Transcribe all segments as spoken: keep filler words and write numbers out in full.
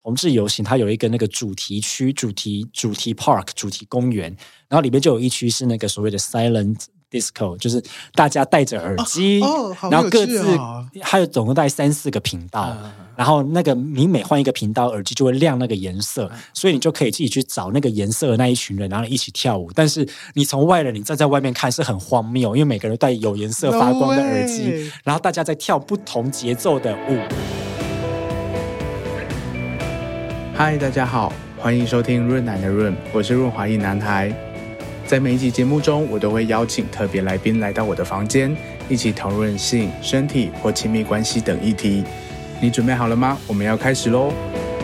同志游行它有一个那个主题区、主题主题 park、主题公园，然后里面就有一区是那个所谓的 silent disco， 就是大家戴着耳机， 哦哦、 然后各自、 哦、 还有总共大概三四个频道、嗯，然后那个你每换一个频道，耳机就会亮那个颜色，嗯、所以你就可以自己去找那个颜色的那一群人，然后一起跳舞。但是你从外人，你站在外面看是很荒谬，因为每个人都戴有颜色发光的耳机， no、然后大家在跳不同节奏的舞。 嗨，大家好，欢迎收听润男的润，我是润滑一男孩。在每一集节目中，我都会邀请特别来宾来到我的房间，一起讨论性、身体或亲密关系等议题。你准备好了吗？我们要开始咯。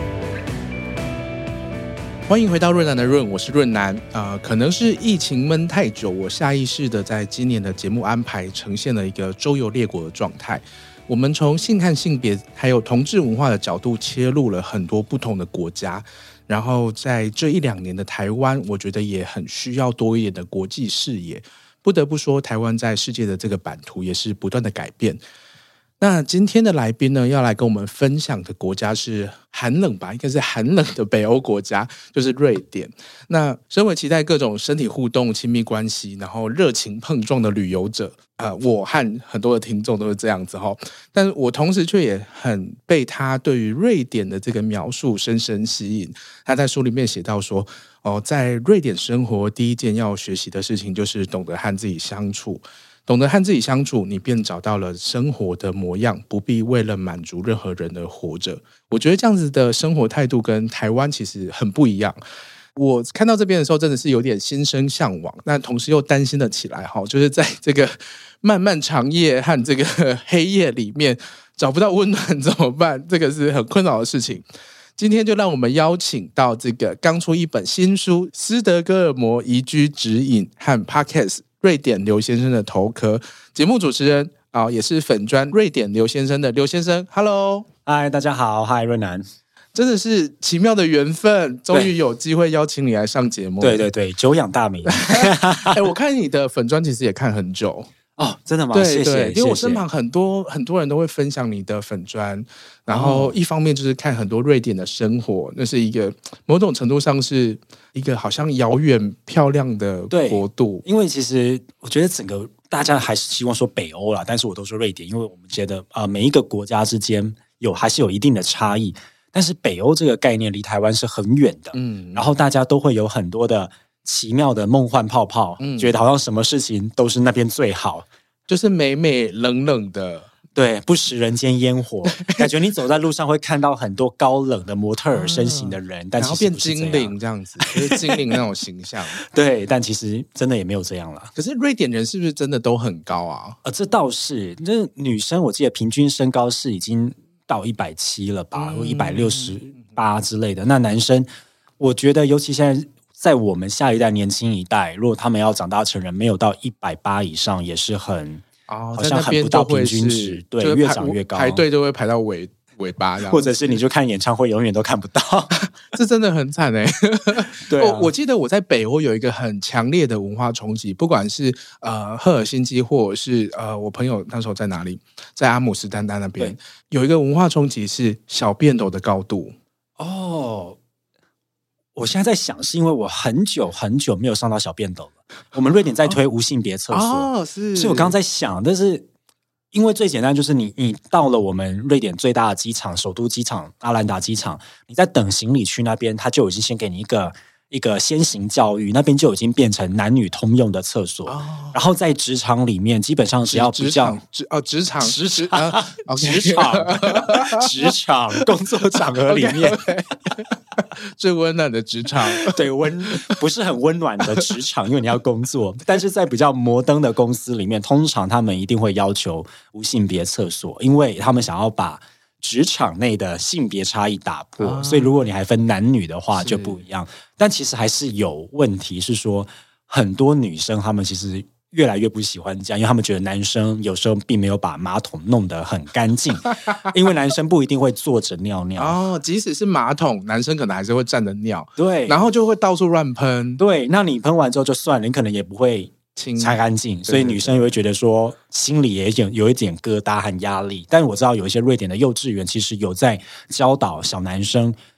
欢迎回到润男的润，我是润男。呃，可能是疫情闷太久，我下意识的在今年的节目安排呈现了一个周游列国的状态。我们从性和性别还有同志文化的角度切入了很多不同的国家，然后在这一两年的台湾，我觉得也很需要多一点的国际视野。不得不说，台湾在世界的这个版图也是不断的改变。那今天的来宾呢，要来跟我们分享的国家是寒冷吧，应该是寒冷的北欧国家，就是瑞典。那身为期待各种身体互动、亲密关系，然后热情碰撞的旅游者，呃，我和很多的听众都是这样子哈。但是我同时却也很被他对于瑞典的这个描述深深吸引。他在书里面写到说，哦，在瑞典生活，第一件要学习的事情就是懂得和自己相处。懂得和自己相处，你便找到了生活的模样，不必为了满足任何人而活着。我觉得这样子的生活态度跟台湾其实很不一样。我看到这边的时候真的是有点心生向往，但同时又担心了起来，就是在这个漫漫长夜和这个黑夜里面找不到温暖怎么办？这个是很困扰的事情。今天就让我们邀请到这个刚出一本新书《斯德哥尔摩宜居指引》和 Podcast瑞典刘先生的头壳节目主持人、哦、也是粉专瑞典刘先生的刘先生。 Hello， 嗨，大家好，嗨，润男， 真的是奇妙的缘分，终于有机会邀请你来上节目。 对对对，久仰大名。 欸、我看你的粉专其实也看很久哦，真的吗？ 对谢谢， 对，因为我身旁很多很多人都会分享你的粉专，然后一方面就是看很多瑞典的生活，那是一个某种程度上是一个好像遥远漂亮的国度。 因为其实我觉得整个大家还是希望说北欧啦，但是我都说瑞典，因为我们觉得、呃、每一个国家之间有还是有一定的差异，但是北欧这个概念离台湾是很远的，嗯，然后大家都会有很多的奇妙的梦幻泡泡、嗯、觉得好像什么事情都是那边最好， 就是美美冷冷的， 对，不食人间烟火，感觉你走在路上会看到很多高冷的模特儿身形的人、啊、但其实不是这样， 然后变精灵这样子，就是精灵那种形象。 对，但其实真的也没有这样啦。 可是瑞典人是不是真的都很高啊？ 呃，这倒是，那女生我记得平均身高是已经到一百七了吧，或一百六十八之类的。那男生，我觉得尤其现在在我们下一代年轻一代，如果他们要长大成人，没有到一百八以上，也是很。哦，好像很不到平均值，对，就是、越长越高， 排队都会排到尾尾巴， 或者是你就看演唱会，永远都看不到， 这真的很惨哎、欸。 对、啊我，我记得我在北欧有一个很强烈的文化冲击，不管是呃赫尔辛基，或者是呃我朋友那时候在哪里，在阿姆斯特丹那边有一个文化冲击是小便斗的高度。 哦，我现在在想，是因为我很久很久没有上到小便斗了。我们瑞典在推无性别厕所， 哦，是， 所以我刚刚在想，但是因为最简单就是你你到了我们瑞典最大的机场，首都机场阿兰达机场，你在等行李区那边，他就已经先给你一个一个先行教育，那边就已经变成男女通用的厕所。哦、然后在职场里面，基本上只要比较职哦职场职职场职场职场工作场合里面。Okay, okay. 最温暖的职场， 对，温不是很温暖的职场，因为你要工作。但是在比较摩登的公司里面，通常他们一定会要求无性别厕所，因为他们想要把职场内的性别差异打破、啊、所以如果你还分男女的话就不一样。但其实还是有问题，是说很多女生她们其实越来越不喜欢这样，因为他们觉得男生有时候并没有把马桶弄得很干净，因为男生不一定会坐着尿尿哦，即使是马桶，男生可能还是会站着尿， 对， 然后就会到处乱喷， 对，那你喷完之后就算了，你可能也不会擦干净，所以女生也会觉得说心里也有有一点疙瘩和压力。但我知道有一些瑞典的幼稚园其实有在教导小男生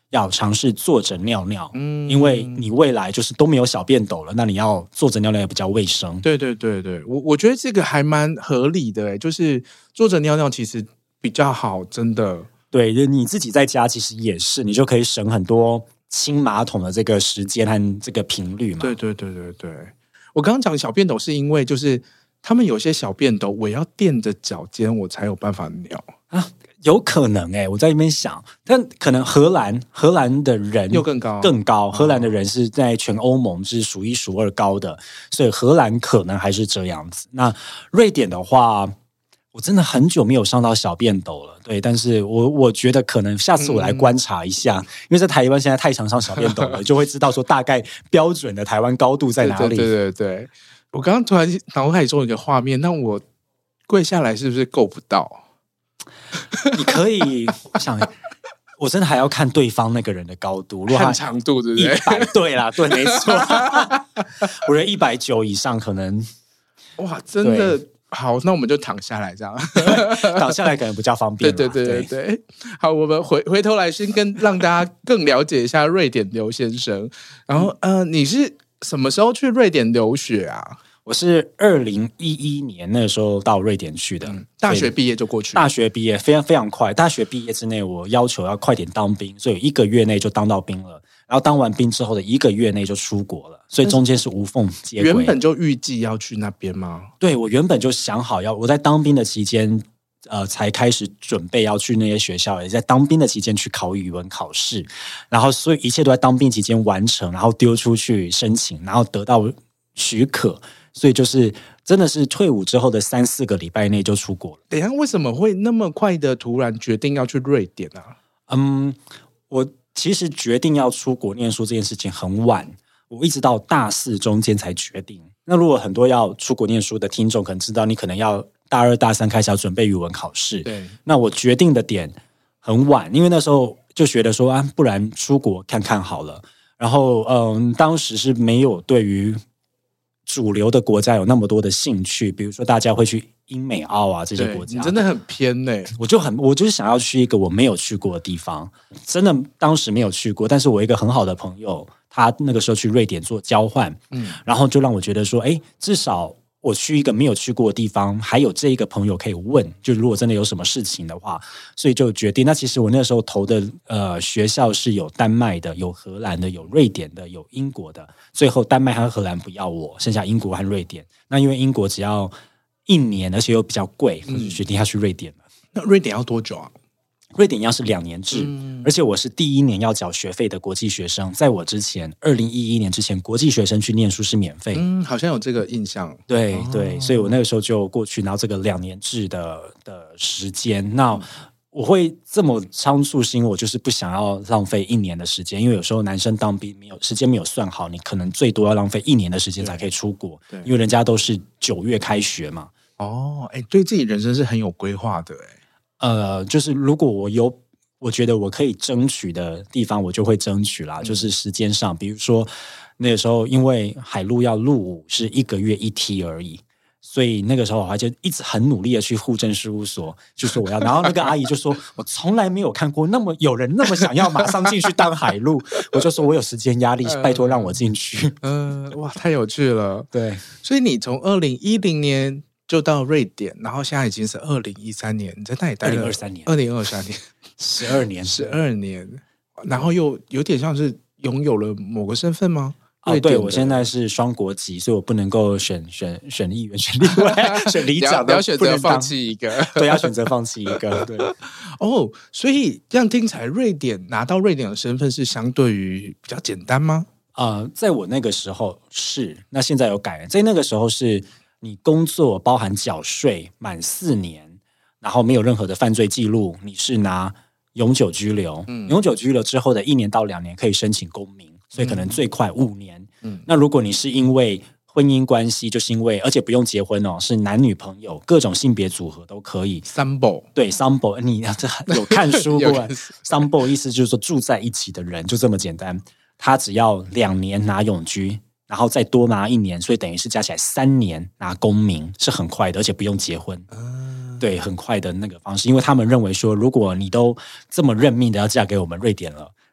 要尝试坐着尿尿，嗯，因为你未来就是都没有小便斗了，那你要坐着尿尿也比较卫生。 对对对对，我我觉得这个还蛮合理的，就是坐着尿尿其实比较好，真的。 对，你自己在家其实也是，你就可以省很多清马桶的这个时间和这个频率嘛。 对对对对对，我刚刚讲小便斗是因为就是他们有些小便斗我要垫着脚尖我才有办法尿啊，有可能哎、欸，我在那边想，但可能荷兰荷兰的人又更高更高，荷兰的人是在全欧盟是数一数二高的，所以荷兰可能还是这样子。那瑞典的话，我真的很久没有上到小便斗了，对，但是我我觉得可能下次我来观察一下，嗯、因为在台湾现在太常上小便斗了，就会知道说大概标准的台湾高度在哪里。 对对对对对，我刚刚突然脑海中有一个画面，那我跪下来是不是够不到？ 你可以，我想，我真的还要看对方那个人的高度，如果看长度，对不对？ 一百，对啦，对，没错。我觉得一百九以上可能， 哇，真的。好，那我们就躺下来这样， 躺下来可能比较方便。 对对对对对，好，我们回回头来先跟让大家更了解一下瑞典刘先生。然后，呃，你是什么时候去瑞典留学啊？ 我是二零一一年那时候到瑞典去的，嗯、 大学毕业就过去。 大学毕业非常非常快，大学毕业之内我要求要快点当兵，所以一个月内就当到兵了。然后当完兵之后的一个月内就出国了，所以中间是无缝接轨。 原本就预计要去那边吗？ 对，我原本就想好要，我在当兵的期间，呃，才开始准备要去那些学校，也在当兵的期间去考语文考试，然后所以一切都在当兵期间完成，然后丢出去申请，然后得到许可，所以就是真的是退伍之后的三四个礼拜内就出国了。 等一下，为什么会那么快的突然决定要去瑞典啊？ 嗯，我。其实决定要出国念书这件事情很晚，我一直到大四中间才决定。那如果很多要出国念书的听众可能知道，你可能要大二大三开始要准备语文考试。 对， 那我决定的点很晚，因为那时候就觉得说啊，不然出国看看好了。然后嗯，当时是没有对于主流的国家有那么多的兴趣，比如说大家会去英美澳啊这些国家， 你真的很偏呢、欸。 我就很，我就是想要去一个我没有去过的地方，真的当时没有去过。但是我一个很好的朋友，他那个时候去瑞典做交换，嗯，然后就让我觉得说，哎，至少我去一个没有去过的地方，还有这一个朋友可以问，就如果真的有什么事情的话，所以就决定。那其实我那时候投的呃学校是有丹麦的、有荷兰的、有瑞典的、有英国的。最后丹麦和荷兰不要我，剩下英国和瑞典。那因为英国只要一年，而且又比较贵，我就决定要去瑞典了。 嗯、那瑞典要多久啊？ 瑞典要是两年制、嗯，而且我是第一年要缴学费的国际学生。在我之前，二零一一年之前，国际学生去念书是免费。 嗯，好像有这个印象。 对、 哦、 对，所以我那个时候就过去，然后这个两年制的的时间，那我会这么仓促，是因为我就是不想要浪费一年的时间，因为有时候男生当兵没有时间没有算好，你可能最多要浪费一年的时间才可以出国，因为人家都是九月开学嘛。 哦，哎，对自己人生是很有规划的，哎。 呃，就是如果我有我觉得我可以争取的地方，我就会争取啦。嗯、就是时间上，比如说那个时候，因为海陆要入伍是一个月一梯而已，所以那个时候我还就一直很努力的去户政事务所，就说我要。然后那个阿姨就说，我从来没有看过那么有人那么想要马上进去当海陆。我就说我有时间压力，拜托让我进去。 嗯、呃，哇，太有趣了。 对， 所以你从二零一零年。就到瑞典，然后现在已经是二零一三年，你在那里待了二零二三年， 二零二三年， 十二年， 十二年，然后又有点像是拥有了某个身份吗？ 哦，对，我现在是双国籍，所以我不能够选选选议员、选立委、选里长， 你要选择放弃一个， 对，要选择放弃一个，对。 哦，所以这样听起来，瑞典拿到瑞典的身份是相对于比较简单吗？ 呃，在我那个时候是，那现在有改了，在那个时候是。你工作包含缴税满四年，然后没有任何的犯罪记录，你是拿永久居留。嗯、永久居留之后的一年到两年可以申请公民，所以可能最快五年。嗯、那如果你是因为婚姻关系，就是因为而且不用结婚哦，是男女朋友各种性别组合都可以。 Sambo 对 Sambo， 你这有看书过？Sambo 意思就是说住在一起的人，就这么简单。他只要两年拿永居。然后再多拿一年，所以等于是加起来三年拿公民是很快的，而且不用结婚。嗯、对，很快的那个方式，因为他们认为说，如果你都这么认命的要嫁给我们瑞典了，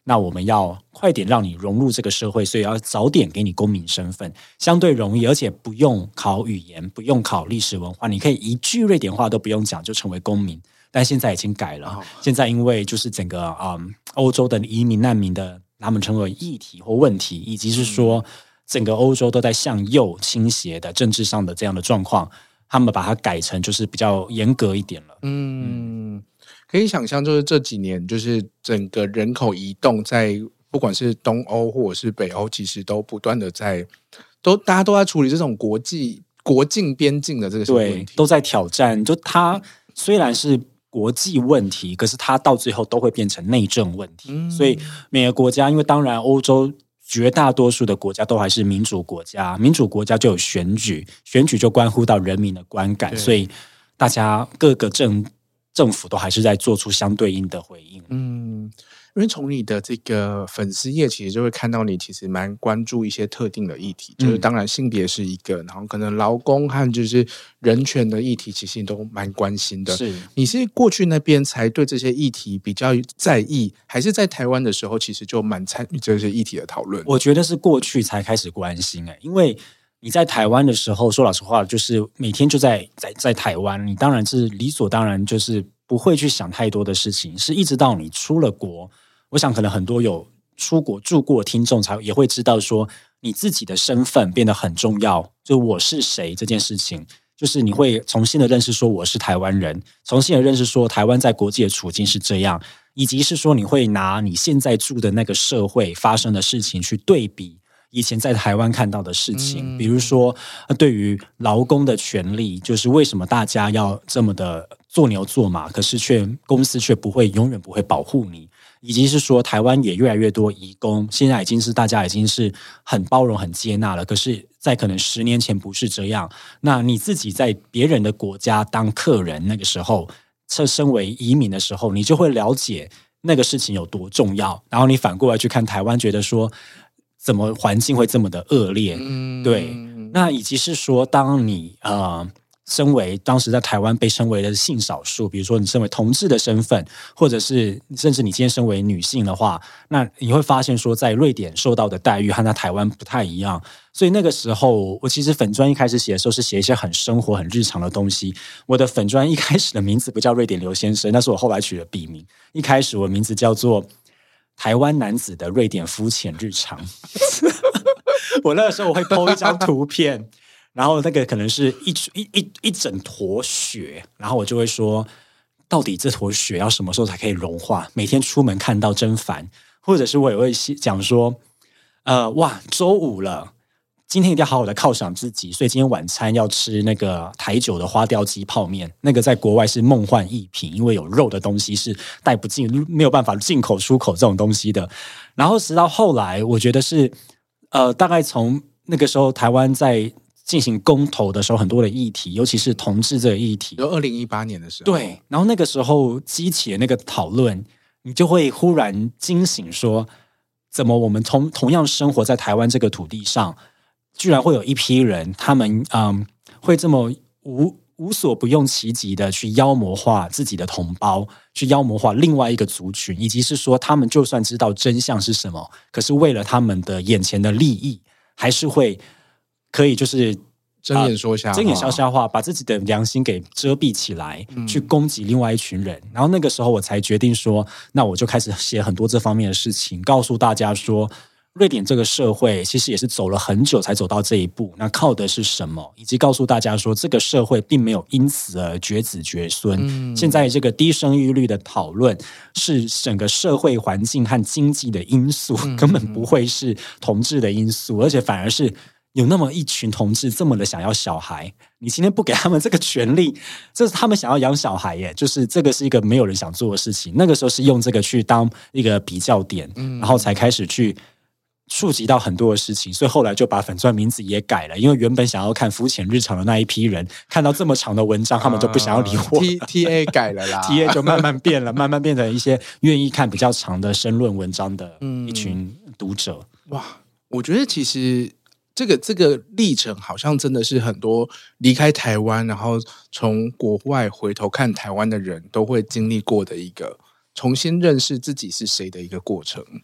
那我们要快点让你融入这个社会，所以要早点给你公民身份，相对容易，而且不用考语言，不用考历史文化，你可以一句瑞典话都不用讲就成为公民。但现在已经改了，现在因为就是整个嗯欧洲的移民难民的他们称为议题或问题，以及是说整个欧洲都在向右倾斜的政治上的这样的状况，他们把它改成就是比较严格一点了。 嗯，可以想象，就是这几年就是整个人口移动在不管是东欧或者是北欧，其实都不断的在都大家都在处理这种国际国境边境的这个问题， 对，都在挑战。就它虽然是国际问题，可是它到最后都会变成内政问题。嗯、所以每个国家，因为当然欧洲绝大多数的国家都还是民主国家，民主国家就有选举，选举就关乎到人民的观感，所以大家各个政政府都还是在做出相对应的回应。 嗯。因为从你的这个粉丝页其实就会看到你其实蛮关注一些特定的议题，就是当然性别是一个，然后可能劳工和就是人权的议题其实你都蛮关心的。 是你是过去那边才对这些议题比较在意，还是在台湾的时候其实就蛮参与这些议题的讨论？ 我觉得是过去才开始关心、欸、因为你在台湾的时候，说老实话，就是每天就在在在台湾，你当然是理所当然就是不会去想太多的事情，是一直到你出了国。我想可能很多有出国住过的听众才也会知道说你自己的身份变得很重要，就我是谁这件事情，就是你会重新的认识说我是台湾人，重新的认识说台湾在国际的处境是这样，以及是说你会拿你现在住的那个社会发生的事情去对比以前在台湾看到的事情，比如说对于劳工的权利，就是为什么大家要这么的做牛做马，可是却公司却不会永远不会保护你，以及是说台湾也越来越多移工，现在已经是大家已经是很包容很接纳了，可是在可能十年前不是这样。那你自己在别人的国家当客人，那个时候身为移民的时候，你就会了解那个事情有多重要，然后你反过来去看台湾，觉得说怎么环境会这么的恶劣、嗯、对，那以及是说当你呃身为当时在台湾被称为的性少数，比如说你身为同志的身份，或者是甚至你今天身为女性的话，那你会发现说在瑞典受到的待遇和在台湾不太一样。所以那个时候我其实粉专一开始写的时候是写一些很生活很日常的东西，我的粉专一开始的名字不叫瑞典刘先生，那是我后来取的笔名，一开始我的名字叫做台湾男子的瑞典肤浅日常我那个时候我会 po 一张图片然后那个可能是一一一一整坨雪，然后我就会说到底这坨雪要什么时候才可以融化，每天出门看到真烦。或者是我也会讲说呃，哇周五了，今天一定要好好的犒赏自己，所以今天晚餐要吃那个台酒的花雕鸡泡面，那个在国外是梦幻一品，因为有肉的东西是带不进，没有办法进口出口这种东西的。然后直到后来我觉得是呃，大概从那个时候台湾在进行公投的时候，很多的议题，尤其是同志这个议题， 就二零一八年的时候， 对，然后那个时候激起的那个讨论，你就会忽然惊醒说，怎么我们同同样生活在台湾这个土地上，居然会有一批人，他们嗯会这么无无所不用其极的去妖魔化自己的同胞，去妖魔化另外一个族群，以及是说他们就算知道真相是什么，可是为了他们的眼前的利益，还是会可以就是睁眼说瞎话、呃、 睁眼说瞎话，把自己的良心给遮蔽起来、嗯、去攻击另外一群人。然后那个时候我才决定说，那我就开始写很多这方面的事情，告诉大家说瑞典这个社会其实也是走了很久才走到这一步，那靠的是什么，以及告诉大家说这个社会并没有因此而绝子绝孙、嗯、现在这个低生育率的讨论是整个社会环境和经济的因素、嗯、根本不会是同志的因素，而且反而是有那么一群同志这么的想要小孩，你今天不给他们这个权利，这是他们想要养小孩耶，就是这个是一个没有人想做的事情。那个时候是用这个去当一个比较点、嗯、然后才开始去触及到很多的事情，所以后来就把粉专名字也改了，因为原本想要看肤浅日常的那一批人看到这么长的文章、呃、他们就不想要理我 T, T A 改了啦 T A 就慢慢变了慢慢变成一些愿意看比较长的申论文章的一群读者、 嗯、哇，我觉得其实这个这个历程好像真的是很多离开台湾然后从国外回头看台湾的人都会经历过的一个重新认识自己是谁的一个过程。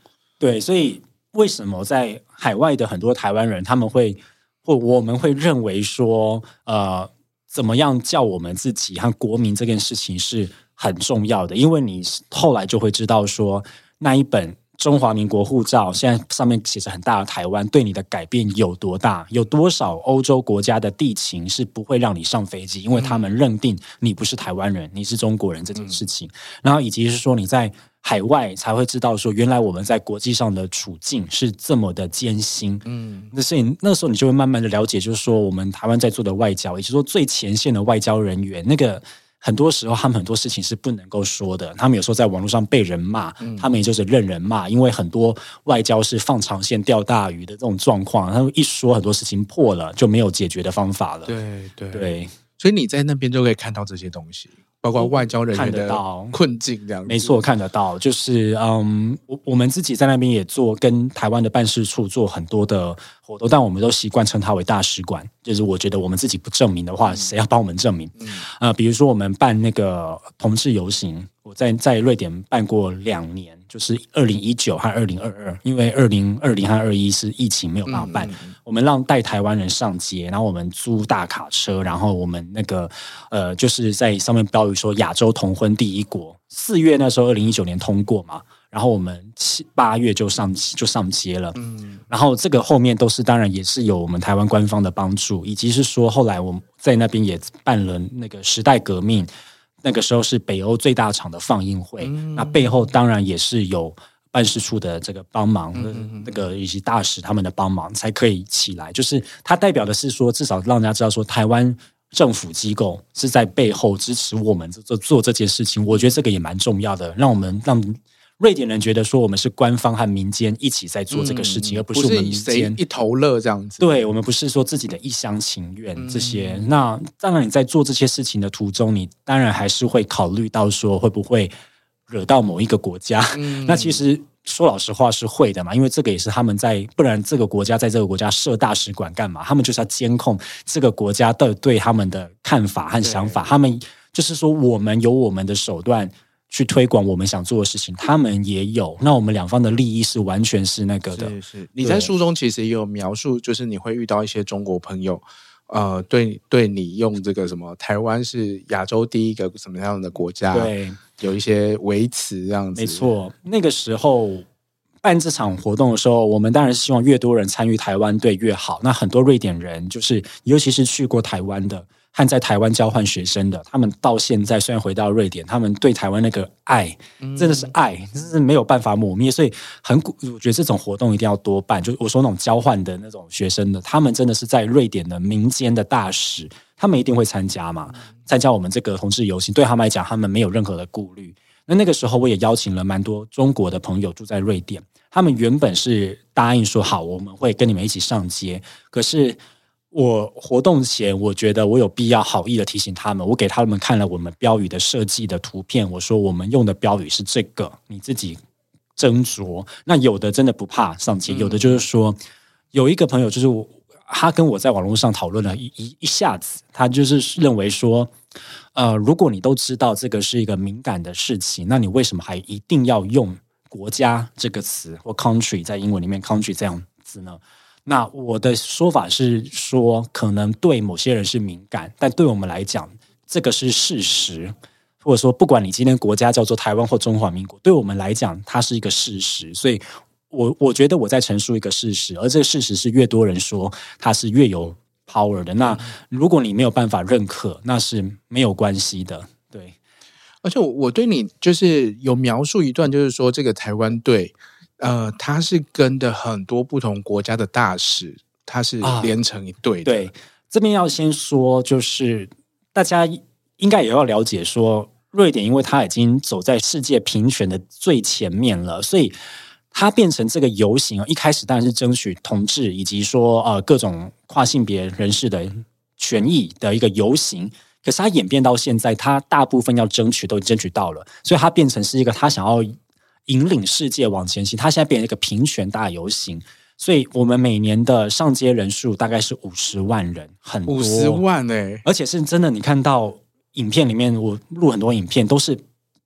对，所以为什么在海外的很多台湾人，他们会或我们会认为说，呃，怎么样叫我们自己和国民这件事情是很重要的，因为你后来就会知道说，那一本中华民国护照现在上面写着很大的台湾，对你的改变有多大？有多少欧洲国家的地勤是不会让你上飞机，因为他们认定你不是台湾人，你是中国人这件事情。然后以及是说你在海外才会知道说，原来我们在国际上的处境是这么的艰辛。嗯，那所以那时候你就会慢慢的了解，就是说我们台湾在做的外交，也就是说最前线的外交人员，那个很多时候他们很多事情是不能够说的。他们有时候在网络上被人骂，嗯、他们也就是任人骂，因为很多外交是放长线钓大鱼的这种状况，他们一说很多事情破了，就没有解决的方法了。 对对对， 所以你在那边就可以看到这些东西。包括外交人员的困境这样子， 没错，看得到。就是嗯，我我们自己在那边也做跟台湾的办事处做很多的活动，但我们都习惯称它为大使馆。就是我觉得我们自己不证明的话，谁要帮我们证明？嗯、呃，比如说我们办那个同志游行，我在在瑞典办过两年，就是二零一九和二零二二，因为二零二零和二一是疫情没有办法办，嗯嗯、我们让带台湾人上街，然后我们租大卡车，然后我们那个呃，就是在上面标语说亚洲同婚第一国。四月那时候，二零一九年通过嘛。然后我们七八月就上就上街了，嗯，然后这个后面都是当然也是有我们台湾官方的帮助，以及是说后来我们在那边也办了那个时代革命，那个时候是北欧最大场的放映会，嗯、那背后当然也是有办事处的这个帮忙，嗯、那个以及大使他们的帮忙才可以起来，就是它代表的是说至少让大家知道说台湾政府机构是在背后支持我们做做这件事情，我觉得这个也蛮重要的，让我们让瑞典人觉得说我们是官方和民间一起在做这个事情，嗯、而不是我们民间一头热这样子。 对，我们不是说自己的一厢情愿这些。嗯、那当然你在做这些事情的途中，你当然还是会考虑到说会不会惹到某一个国家。嗯、那其实说老实话是会的嘛，因为这个也是他们在，不然这个国家在这个国家设大使馆干嘛？他们就是要监控这个国家的对他们的看法和想法。他们就是说我们有我们的手段去推广我们想做的事情，他们也有。那我们两方的利益是完全是那个的。 是是，你在书中其实也有描述，就是你会遇到一些中国朋友，呃，对对你用这个什么台湾是亚洲第一个什么样的国家， 对， 有一些维持这样子。 没错，那个时候办这场活动的时候，我们当然希望越多人参与台湾队越好。那很多瑞典人，就是尤其是去过台湾的和在台湾交换学生的，他们到现在虽然回到瑞典，他们对台湾那个爱真的是爱，真是没有办法抹灭。所以很，我觉得这种活动一定要多办。就我说那种交换的那种学生的，他们真的是在瑞典的民间的大使，他们一定会参加嘛，参加我们这个同志游行，对他们来讲，他们没有任何的顾虑。那那个时候我也邀请了蛮多中国的朋友住在瑞典，他们原本是答应说好，我们会跟你们一起上街，可是我活动前，我觉得我有必要好意的提醒他们，我给他们看了我们标语的设计的图片，我说我们用的标语是这个，你自己斟酌。那有的真的不怕上街，有的就是说，有一个朋友就是我，他跟我在网络上讨论了一一一下子，他就是认为说，呃，如果你都知道这个是一个敏感的事情，那你为什么还一定要用国家这个词或 country 在英文里面 country 这样子呢？那我的说法是说，可能对某些人是敏感，但对我们来讲，这个是事实。或者说，不管你今天国家叫做台湾或中华民国，对我们来讲，它是一个事实。所以我我觉得我在陈述一个事实，而这个事实是越多人说，它是越有 power 的。那如果你没有办法认可，那是没有关系的。对， 而且我对你就是有描述一段，就是说这个台湾队。呃，他是跟的很多不同国家的大使，他是连成一队的。 啊、对，这边要先说，就是大家应该也要了解说，瑞典因为他已经走在世界平权的最前面了，所以它变成这个游行，一开始当然是争取同志以及说呃各种跨性别人士的权益的一个游行。可是它演变到现在，它大部分要争取都争取到了，所以它变成是一个他想要引领世界往前行，它现在变成一个平权大游行，所以我们每年的上街人数大概是五十万人，很多， 五十万哎、欸， 而且是真的，你看到影片里面，我录很多影片都是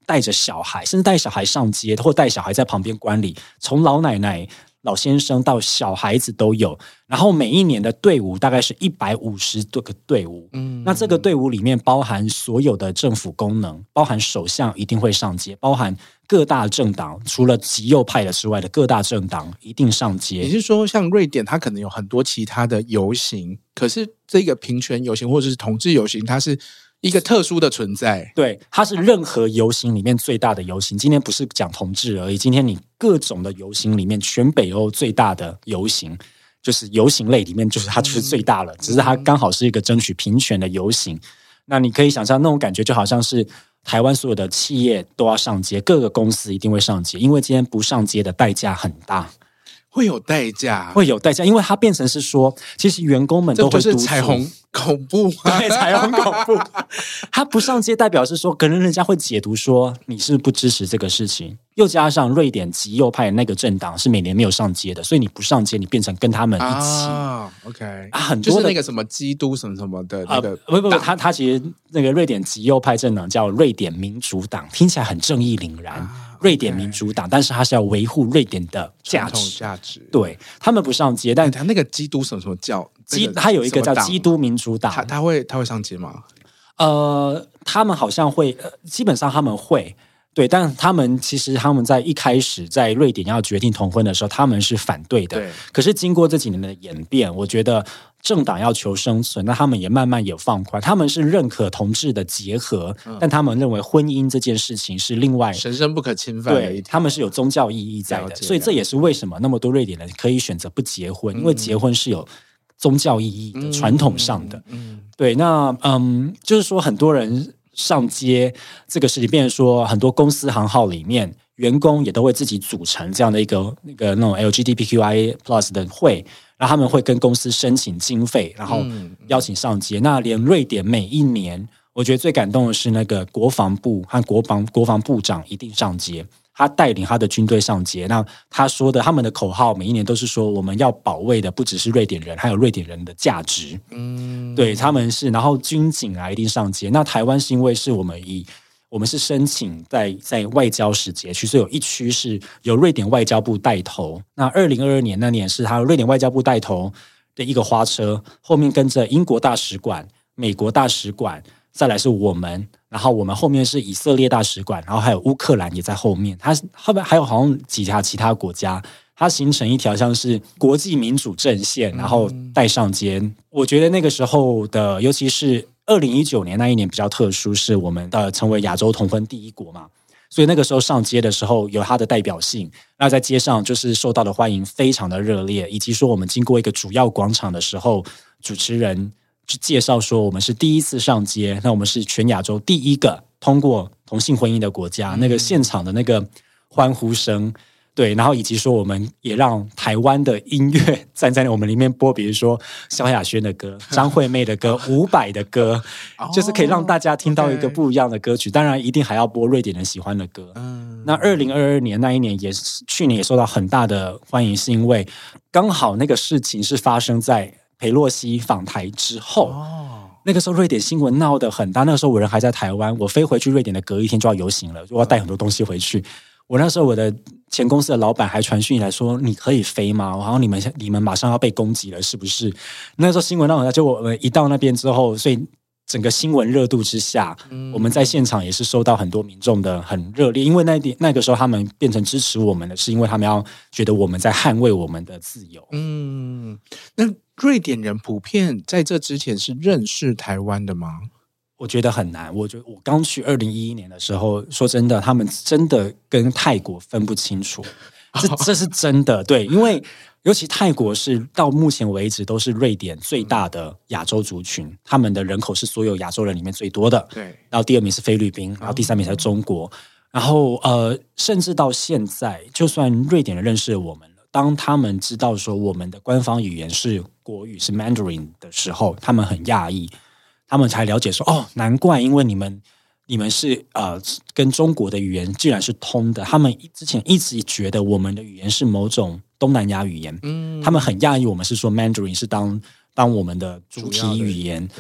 带着小孩，甚至带小孩上街，或带小孩在旁边观礼，从老奶奶、老先生到小孩子都有。然后每一年的队伍大概是一百五十多个队伍，嗯，那这个队伍里面包含所有的政府功能，包含首相一定会上街，包含各大政党，除了极右派的之外的各大政党一定上街。 也就是说，像瑞典，它可能有很多其他的游行，可是这个平权游行或者是同志游行，它是一个特殊的存在。 对，它是任何游行里面最大的游行。今天不是讲同志而已，今天你各种的游行里面，全北欧最大的游行。就是游行类里面，就是它就是最大了，只是它刚好是一个争取平权的游行。那你可以想象那种感觉，就好像是台湾所有的企业都要上街，各个公司一定会上街，因为今天不上街的代价很大。 会有代价， 会有代价，因为它变成是说，其实员工们都会督促， 这就是彩虹恐怖， 对，彩虹恐怖。他不上街，代表是说，可能人家会解读说你是不支持这个事情。又加上瑞典极右派的那个政党是每年没有上街的，所以你不上街，你变成跟他们一起。 啊 OK 啊，很多的就是那个什么基督什么什么的那个、 呃，不不不，他他其实那个瑞典极右派政党叫瑞典民主党，听起来很正义凛然。啊瑞典民主党，但是他是要维护瑞典的价值， 价值。 对，他们不上街，但他那个基督什么什么教， 基他有一个叫基督民主党， 他他会他会上街吗？ 呃，他们好像会，呃，基本上他们会。对，但他们其实他们在一开始在瑞典要决定同婚的时候，他们是反对的。 对， 可是经过这几年的演变，我觉得政党要求生存，那他们也慢慢有放宽。他们是认可同志的结合，嗯、但他们认为婚姻这件事情是另外神圣不可侵犯的一条， 对，他们是有宗教意义在的。所以这也是为什么那么多瑞典人可以选择不结婚，嗯、因为结婚是有宗教意义的，传、嗯、统上的。嗯，对，那嗯，就是说很多人上街这个事情，变成说很多公司行号里面，员工也都会自己组成这样的一个那个那种 L G B T Q I plus 的会，然后他们会跟公司申请经费，然后邀请上街。嗯、那连瑞典每一年，我觉得最感动的是那个国防部和国防国防部长一定上街。他带领他的军队上街，那他说的他们的口号每一年都是说，我们要保卫的不只是瑞典人，还有瑞典人的价值。嗯，对，他们是，然后军警啊一定上街。那台湾是因为是我们以我们是申请在在外交使节区，所以有一区是由瑞典外交部带头。那二零二二年那年是他瑞典外交部带头的一个花车，后面跟着英国大使馆、美国大使馆。再来是我们，然后我们后面是以色列大使馆，然后还有乌克兰也在后面，它后面还有好像几家其他国家，它形成一条像是国际民主阵线，然后带上街。嗯、我觉得那个时候的，尤其是二零一九年那一年比较特殊，是我们的成为亚洲同婚第一国嘛，所以那个时候上街的时候有它的代表性，那在街上就是受到的欢迎非常的热烈，以及说我们经过一个主要广场的时候，主持人去介绍说我们是第一次上街，那我们是全亚洲第一个通过同性婚姻的国家，嗯、那个现场的那个欢呼声，对，然后以及说我们也让台湾的音乐站在我们里面播，比如说萧亚轩的歌、张惠妹的歌、伍佰的歌，就是可以让大家听到一个不一样的歌曲。当然，一定还要播瑞典人喜欢的歌。嗯，那二零二二年那一年也是去年也受到很大的欢迎，是因为刚好那个事情是发生在裴洛西访台之后，哦、那个时候瑞典新闻闹得很大。那个时候我人还在台湾，我飞回去瑞典的隔一天就要游行了，我要带很多东西回去。我那时候我的前公司的老板还传讯来说：“你可以飞吗？然后你们你们马上要被攻击了，是不是？”那时候新闻闹很大，就我们一到那边之后，所以整个新闻热度之下，嗯、我们在现场也是收到很多民众的很热烈，因为那点那个时候他们变成支持我们的，是因为他们要觉得我们在捍卫我们的自由。 嗯，那瑞典人普遍在这之前是认识台湾的吗？ 我觉得很难。我觉得我刚去二零一一年的时候，说真的，他们真的跟泰国分不清楚，这这是真的。对，因为尤其泰国是到目前为止都是瑞典最大的亚洲族群，他们的人口是所有亚洲人里面最多的。 对， 然后第二名是菲律宾，然后第三名才是中国。然后呃，甚至到现在，就算瑞典人认识我们了，当他们知道说我们的官方语言是国语是 Mandarin 的时候，他们很讶异。他们才了解说，哦，难怪，因为你们你们是呃跟中国的语言居然是通的。他们之前一直觉得我们的语言是某种东南亚语言，嗯，他们很讶异我们是说 Mandarin 是当当我们的主体语言。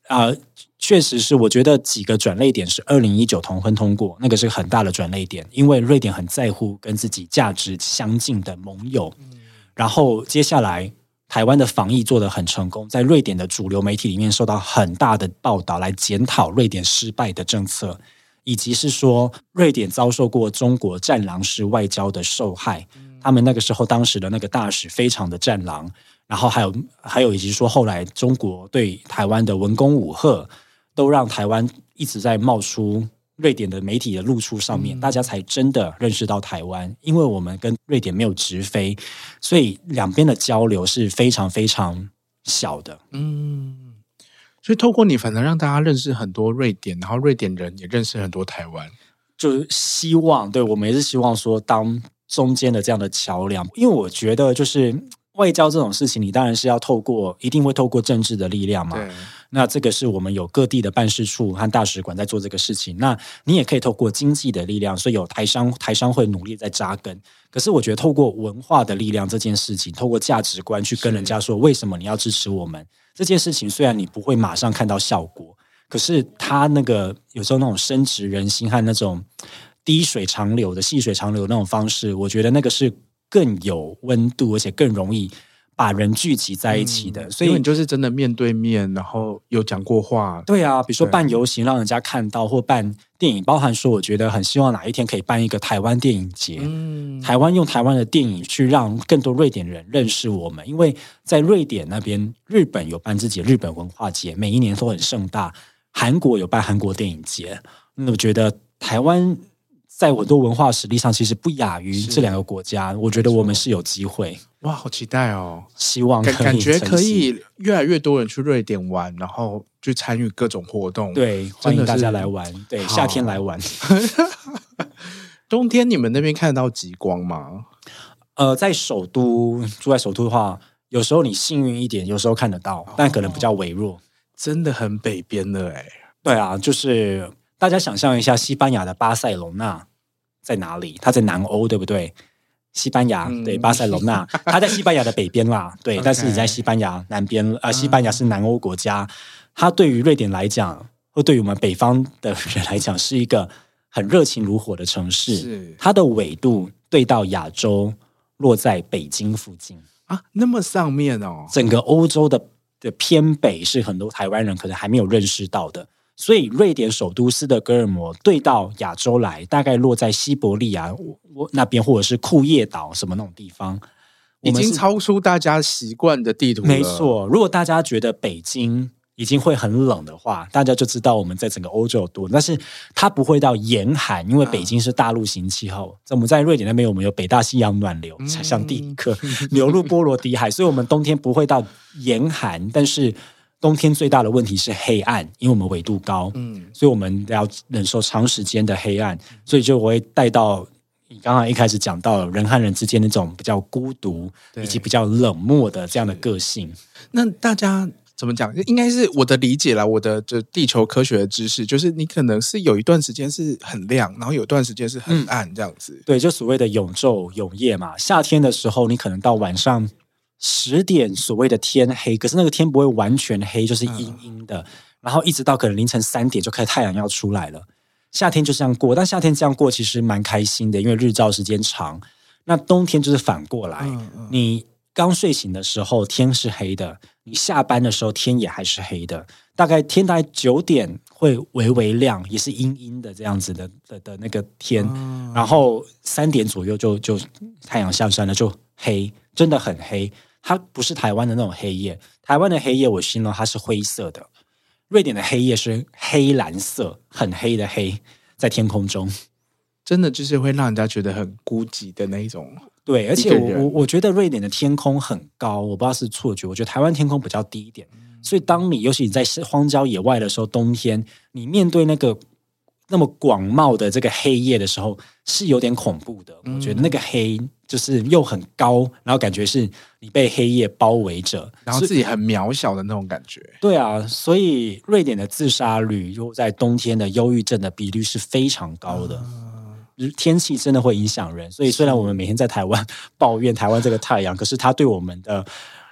啊、呃，确实是，我觉得几个转捩点是二零一九同婚通过，那个是很大的转捩点，因为瑞典很在乎跟自己价值相近的盟友。嗯、然后接下来台湾的防疫做得很成功，在瑞典的主流媒体里面受到很大的报道，来检讨瑞典失败的政策，以及是说瑞典遭受过中国战狼式外交的受害。嗯、他们那个时候当时的那个大使非常的战狼。然后还有还有以及说后来中国对台湾的文攻武吓，都让台湾一直在冒出瑞典的媒体的露出上面，嗯、大家才真的认识到台湾。因为我们跟瑞典没有直飞，所以两边的交流是非常非常小的。 嗯，所以透过你，反而让大家认识很多瑞典，然后瑞典人也认识很多台湾。 就是希望，对，我们也是希望说当中间的这样的桥梁，因为我觉得就是外交这种事情，你当然是要透过，一定会透过政治的力量嘛。 对， 那这个是我们有各地的办事处和大使馆在做这个事情。那你也可以透过经济的力量，所以有台商台商会努力在扎根。可是我觉得透过文化的力量这件事情，透过价值观去跟人家说为什么你要支持我们这件事情，虽然你不会马上看到效果，可是它那个有时候那种深植人心和那种滴水长流的细水长流的那种方式，我觉得那个是更有温度，而且更容易把人聚集在一起的。嗯、所以因为你就是真的面对面，然后有讲过话。 对啊，比如说办游行让人家看到，或办电影，包含说我觉得很希望哪一天可以办一个台湾电影节。嗯，台湾用台湾的电影去让更多瑞典人认识我们，因为在瑞典那边，日本有办自己的日本文化节，每一年都很盛大。韩国有办韩国电影节，那我觉得台湾在很多文化实力上其实不亚于这两个国家，我觉得我们是有机会。 哇，好期待哦！ 希望可以感觉可以越来越多人去瑞典玩，然后去参与各种活动。 对，欢迎大家来玩。对，夏天来玩。 冬天你们那边看得到极光吗？ 呃，在首都住在首都的话，有时候你幸运一点，有时候看得到，但可能比较微弱。哦、 真的很北边了哎。 对啊，就是大家想象一下，西班牙的巴塞隆纳在哪里？它在南欧，对不对？西班牙，嗯、对，巴塞隆纳，它在西班牙的北边啦，对， okay, 但是你在西班牙南边，呃，西班牙是南欧国家，它对于瑞典来讲，或对于我们北方的人来讲，是一个很热情如火的城市。是，它的纬度对到亚洲，落在北京附近啊，那么上面哦， 整个欧洲的的偏北是很多台湾人可能还没有认识到的。所以瑞典首都斯德哥尔摩对到亚洲来，大概落在西伯利亚那边，或者是库页岛什么那种地方， 已经超出大家习惯的地图了。 没错，如果大家觉得北京已经会很冷的话，大家就知道我们在整个欧洲有多冷。但是它不会到严寒，因为北京是大陆型气候。我们在瑞典那边，我们有北大西洋暖流，像第一颗流入波罗的海，所以我们冬天不会到严寒，但是冬天最大的问题是黑暗，因为我们纬度高，嗯，所以我们要忍受长时间的黑暗，所以就会带到你刚刚一开始讲到人和人之间那种比较孤独以及比较冷漠的这样的个性。 那大家怎么讲？应该是我的理解啦，我的这地球科学的知识，就是你可能是有一段时间是很亮，然后有一段时间是很暗，这样子。嗯、 对，就所谓的永昼永夜嘛。夏天的时候，你可能到晚上十点所谓的天黑，可是那个天不会完全黑，就是阴阴的，嗯、然后一直到可能凌晨三点就开始太阳要出来了。夏天就这样过，但夏天这样过其实蛮开心的，因为日照时间长。那冬天就是反过来，嗯嗯、你刚睡醒的时候天是黑的，你下班的时候天也还是黑的，大概天大概九点会微微亮，也是阴阴的这样子的 的, 的那个天，嗯、然后三点左右就就太阳下山了，就黑，真的很黑。它不是台湾的那种黑夜，台湾的黑夜我形容它是灰色的，瑞典的黑夜是黑蓝色，很黑的黑，在天空中， 真的就是会让人家觉得很孤寂的那一种。 对，而且我我我觉得瑞典的天空很高，我不知道是错觉，我觉得台湾天空比较低一点，嗯、所以当你尤其你在荒郊野外的时候，冬天你面对那个那么广袤的这个黑夜的时候，是有点恐怖的。嗯、我觉得那个黑就是又很高，然后感觉是你被黑夜包围着， 然后自己很渺小的那种感觉。 对啊，所以瑞典的自杀率又在冬天的忧郁症的比率是非常高的。嗯、天气真的会影响人，所以虽然我们每天在台湾抱怨台湾这个太阳，可是它对我们的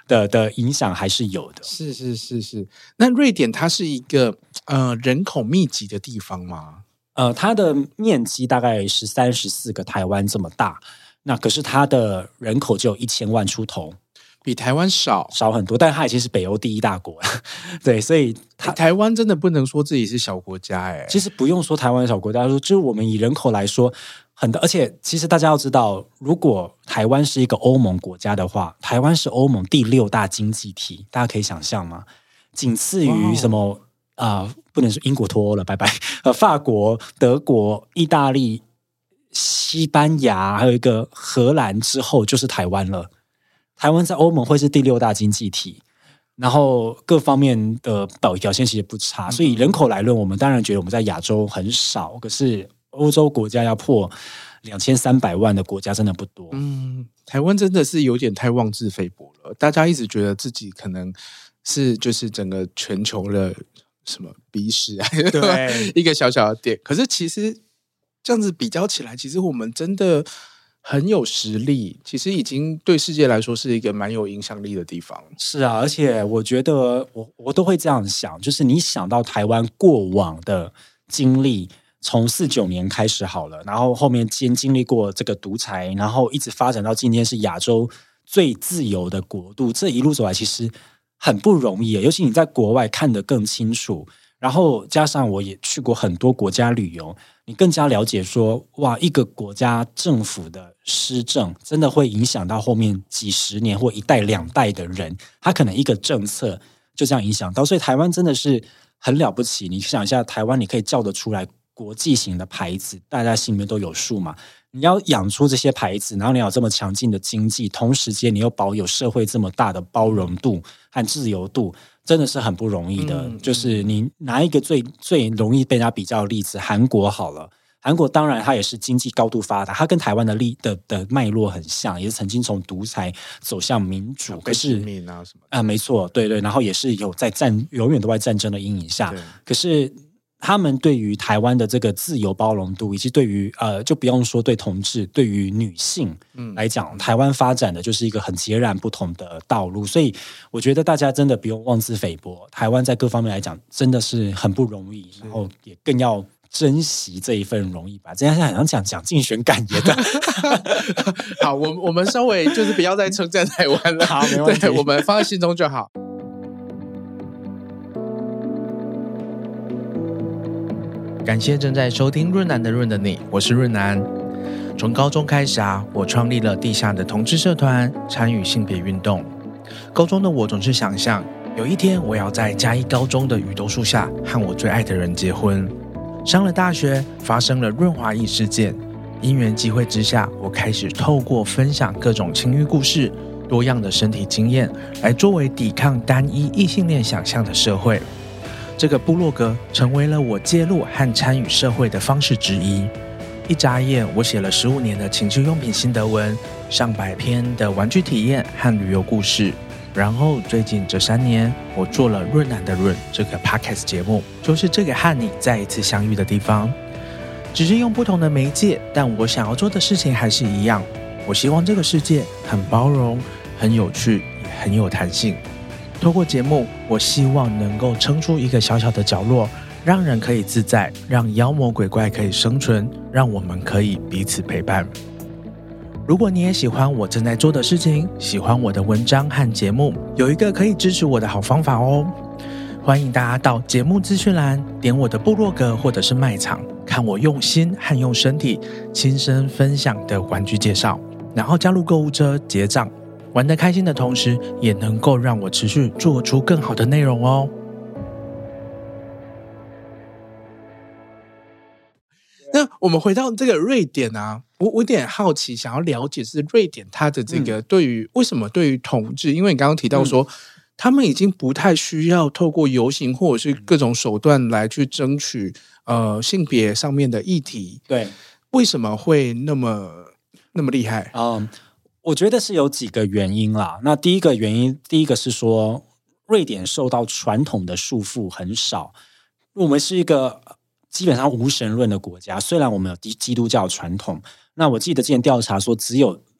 的的影响还是有的。 是是是是。那瑞典它是一个呃人口密集的地方吗？ 呃，它的面积大概十三、十四个台湾这么大，那可是它的人口只有一千万出头， 比台湾少少很多，但它已经是北欧第一大国了。对，所以它、 欸、台湾真的不能说自己是小国家哎、欸。 其实不用说台湾小国家，就是我们以人口来说，很的，而且其实大家要知道，如果台湾是一个欧盟国家的话，台湾是欧盟第六大经济体，大家可以想象吗？仅次于什么啊、呃？不能说英国脱欧了，拜拜。呃，法国、德国、意大利、西班牙，还有一个荷兰之后就是台湾了。台湾在欧盟会是第六大经济体，然后各方面的表现其实不差，所以人口来论，我们当然觉得我们在亚洲很少，可是欧洲国家要破两千三百万的国家真的不多。 嗯，台湾真的是有点太妄自菲薄了，大家一直觉得自己可能是就是整个全球的什么鼻屎啊，对，一个小小的点。可是其实这样子比较起来，其实我们真的很有实力，其实已经对世界来说是一个蛮有影响力的地方。 是啊，而且我觉得我我都会这样想，就是你想到台湾过往的经历，从四九年开始好了，然后后面先经历过这个独裁，然后一直发展到今天是亚洲最自由的国度，这一路走来其实很不容易，尤其你在国外看得更清楚，然后加上我也去过很多国家旅游，你更加了解说，哇，一个国家政府的施政真的会影响到后面几十年或一代两代的人，他可能一个政策就这样影响到，所以台湾真的是很了不起。你想一下，台湾你可以叫得出来国际型的牌子，大家心里面都有数嘛。你要养出这些牌子，然后你有这么强劲的经济，同时间你又保有社会这么大的包容度和自由度，真的是很不容易的。嗯、就是你拿一个最最容易被人家比较的例子，韩国好了，韩国当然它也是经济高度发达，它跟台湾的力的的脉络很像，也是曾经从独裁走向民主，可是民啊什么啊、呃，没错，对对，然后也是有在战，永远都在战争的阴影下，可是。他们对于台湾的这个自由包容度，以及对于呃，就不用说对同志，对于女性来讲，嗯、台湾发展的就是一个很截然不同的道路。所以我觉得大家真的不用妄自菲薄，台湾在各方面来讲真的是很不容易，然后也更要珍惜这一份容易吧。这样好像讲讲竞选感言的。 好，我我们稍微就是不要再称赞台湾了， 好，没问题， 对，我们放在心中就好。感谢正在收听润南的润的你，我是润南。从高中开始啊，我创立了地下的同志社团，参与性别运动。高中的我总是想象，有一天我要在嘉义高中的雨桐树下和我最爱的人结婚。上了大学，发生了润滑液事件，因缘际会之下，我开始透过分享各种情欲故事、多样的身体经验，来作为抵抗单一异性恋想象的社会。这个部落格成为了我介入和参与社会的方式之一。一眨眼，我写了十五年的情趣用品心得文，上百篇的玩具体验和旅游故事。然后最近这三年，我做了润南的润这个 podcast 节目，就是这个和你再一次相遇的地方。只是用不同的媒介，但我想要做的事情还是一样。我希望这个世界很包容、很有趣，也很有弹性。透过节目，我希望能够撑出一个小小的角落，让人可以自在，让妖魔鬼怪可以生存，让我们可以彼此陪伴。如果你也喜欢我正在做的事情，喜欢我的文章和节目，有一个可以支持我的好方法哦。欢迎大家到节目资讯栏点我的部落格或者是卖场，看我用心和用身体亲身分享的玩具介绍，然后加入购物车结账。玩得开心的同时，也能够让我持续做出更好的内容哦。那我们回到这个瑞典啊，我我有点好奇，想要了解是瑞典它的这个对于、嗯、为什么对于同志，因为你刚刚提到说、嗯、他们已经不太需要透过游行或者是各种手段来去争取呃性别上面的议题， 对， 为什么会那么那么厉害？ 嗯。我觉得是有几个原因啦。那第一个原因，第一个是说，瑞典受到传统的束缚很少。我们是一个基本上无神论的国家，虽然我们有基督教传统。那我记得之前调查说，只有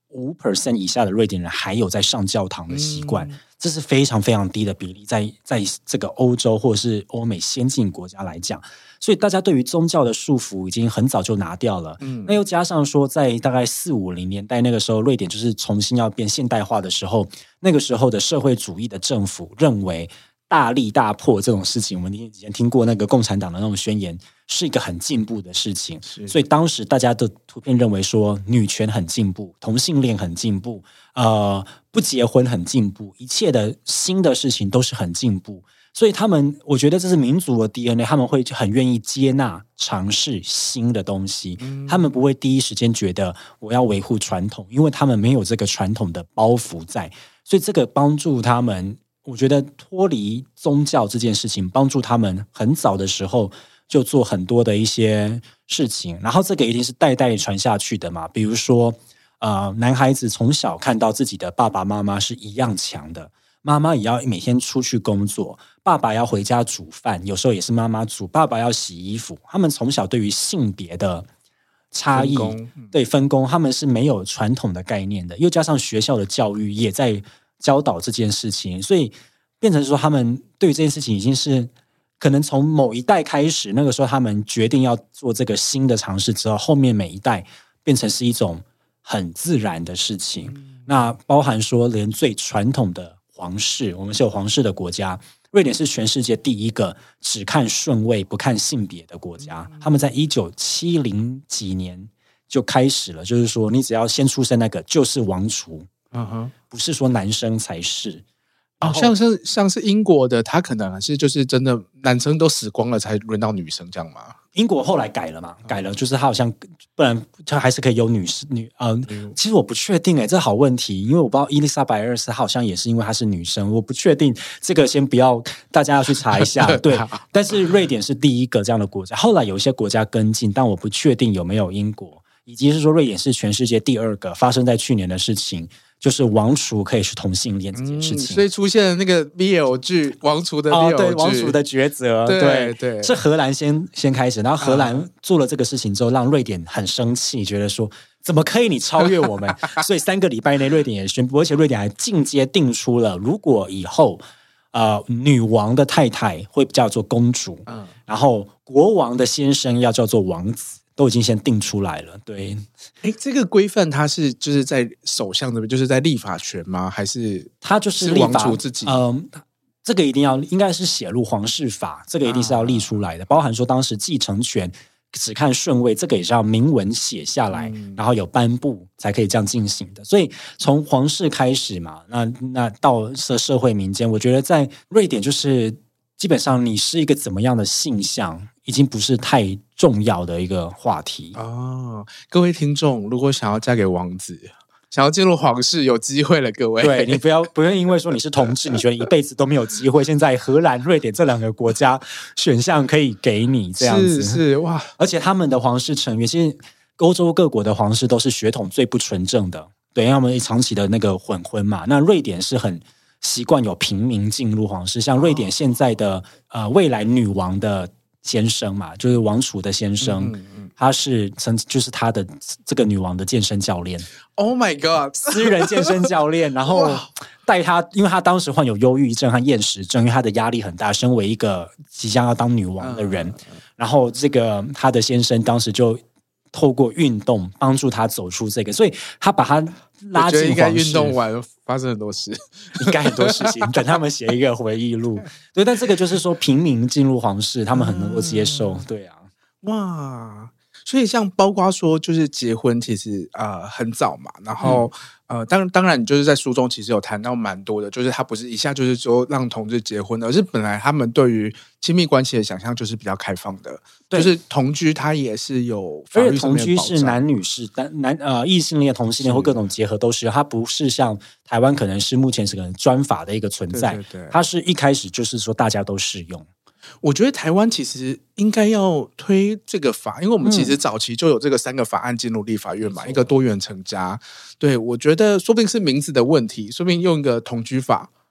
百分之五 以下的瑞典人还有在上教堂的习惯。 嗯， 这是非常非常低的比例，在在这个欧洲或者是欧美先进国家来讲，所以大家对于宗教的束缚已经很早就拿掉了。嗯，那又加上说，在大概四五零年代那个时候，瑞典就是重新要变现代化的时候，那个时候的社会主义的政府认为大力大破这种事情，我们以前听过那个共产党的那种宣言，是一个很进步的事情。所以当时大家的普遍认为说，女权很进步，同性恋很进步，呃，不结婚很进步，一切的新的事情都是很进步。所以他们，我觉得这是民族的 D N A， 他们会很愿意接纳、尝试新的东西。嗯，他们不会第一时间觉得我要维护传统，因为他们没有这个传统的包袱在，所以这个帮助他们。我觉得脱离宗教这件事情，帮助他们很早的时候就做很多的一些事情，然后这个一定是代代传下去的嘛。比如说，呃，男孩子从小看到自己的爸爸妈妈是一样强的，妈妈也要每天出去工作，爸爸要回家煮饭，有时候也是妈妈煮，爸爸要洗衣服。他们从小对于性别的差异，分工，对分工，他们是没有传统的概念的，又加上学校的教育也在教导这件事情，所以变成说他们对于这件事情已经是可能从某一代开始，那个时候他们决定要做这个新的尝试之后，后面每一代变成是一种很自然的事情。嗯，那包含说连最传统的皇室，我们是有皇室的国家，瑞典是全世界第一个只看顺位不看性别的国家。嗯，他们在一九七零几年就开始了，就是说你只要先出生那个就是王储。嗯哼，不是说男生才是哦，像是像是英国的，他可能还是就是真的男生都死光了才轮到女生这样吗？ 英国后来改了嘛，改了，就是他好像不然他还是可以有女女呃、嗯，其实我不确定哎、欸，这好问题，因为我不知道伊丽莎白二世好像也是因为她是女生，我不确定这个，先不要，大家要去查一下。对，但是瑞典是第一个这样的国家，后来有一些国家跟进，但我不确定有没有英国，以及是说瑞典是全世界第二个发生在去年的事情。就是王储可以是同性恋这件事情， 嗯，所以出现了那个 B L 剧，王储的 B L 剧，哦， 对，王储的抉择， 对对, 对， 是荷兰先先开始，然后荷兰做了这个事情之后，让瑞典很生气，觉得说怎么可以你超越我们？所以三个礼拜内，瑞典也宣布，而且瑞典还进阶定出了，如果以后呃女王的太太会叫做公主，嗯，然后国王的先生要叫做王子。都已经先定出来了，对。 哎，这个规范它是就是在首相这边，就是在立法权吗？还是他就是立法王储自己？ 嗯，这个一定要应该是写入皇室法，这个一定是要立出来的，啊，包含说当时继承权只看顺位，这个也是要明文写下来，嗯，然后有颁布才可以这样进行的。所以从皇室开始嘛，那那到社社会民间，我觉得在瑞典就是基本上你是一个怎么样的性向，已经不是太重要的一个话题哦。各位听众，如果想要嫁给王子，想要进入皇室，有机会了，各位。 对，你不要不要因为说你是同志，你觉得一辈子都没有机会。现在荷兰、瑞典这两个国家选项可以给你这样子， 是是哇！ 而且他们的皇室成员，其实欧洲各国的皇室都是血统最不纯正的，对，因为他们长期的那个混婚嘛。那瑞典是很习惯有平民进入皇室，像瑞典现在的呃未来女王的先生嘛，就是王储的先生，嗯嗯，他是曾就是他的这个女王的健身教练。 Oh my god， 私人健身教练，然后带他，因为他当时患有忧郁症和厌食症，因为他的压力很大，身为一个即将要当女王的人，嗯嗯，然后这个他的先生当时就透过运动帮助他走出这个，所以他把他拉进皇室。我觉得应该运动完发生很多事， 应该很多事情，等他们写一个回忆录。对，但这个就是说平民进入皇室，他们很能够接受。嗯，对啊， 哇。所以像包括说就是结婚其实呃很早嘛，然后、嗯、呃当当然就是在书中其实有谈到蛮多的，就是他不是一下就是说让同志结婚，而是本来他们对于亲密关系的想象就是比较开放的，就是同居它也是有法律上面的保障，而且同居是男女是男呃异性恋、同性恋或各种结合都是，它不是像台湾可能是目前是可能专法的一个存在，对对对，它是一开始就是说大家都适用。 我觉得台湾其实应该要推这个法，因为我们其实早期就有这个三个法案进入立法院嘛，嗯、一个多元成家。对，我觉得说不定是名字的问题，说不定用一个同居法，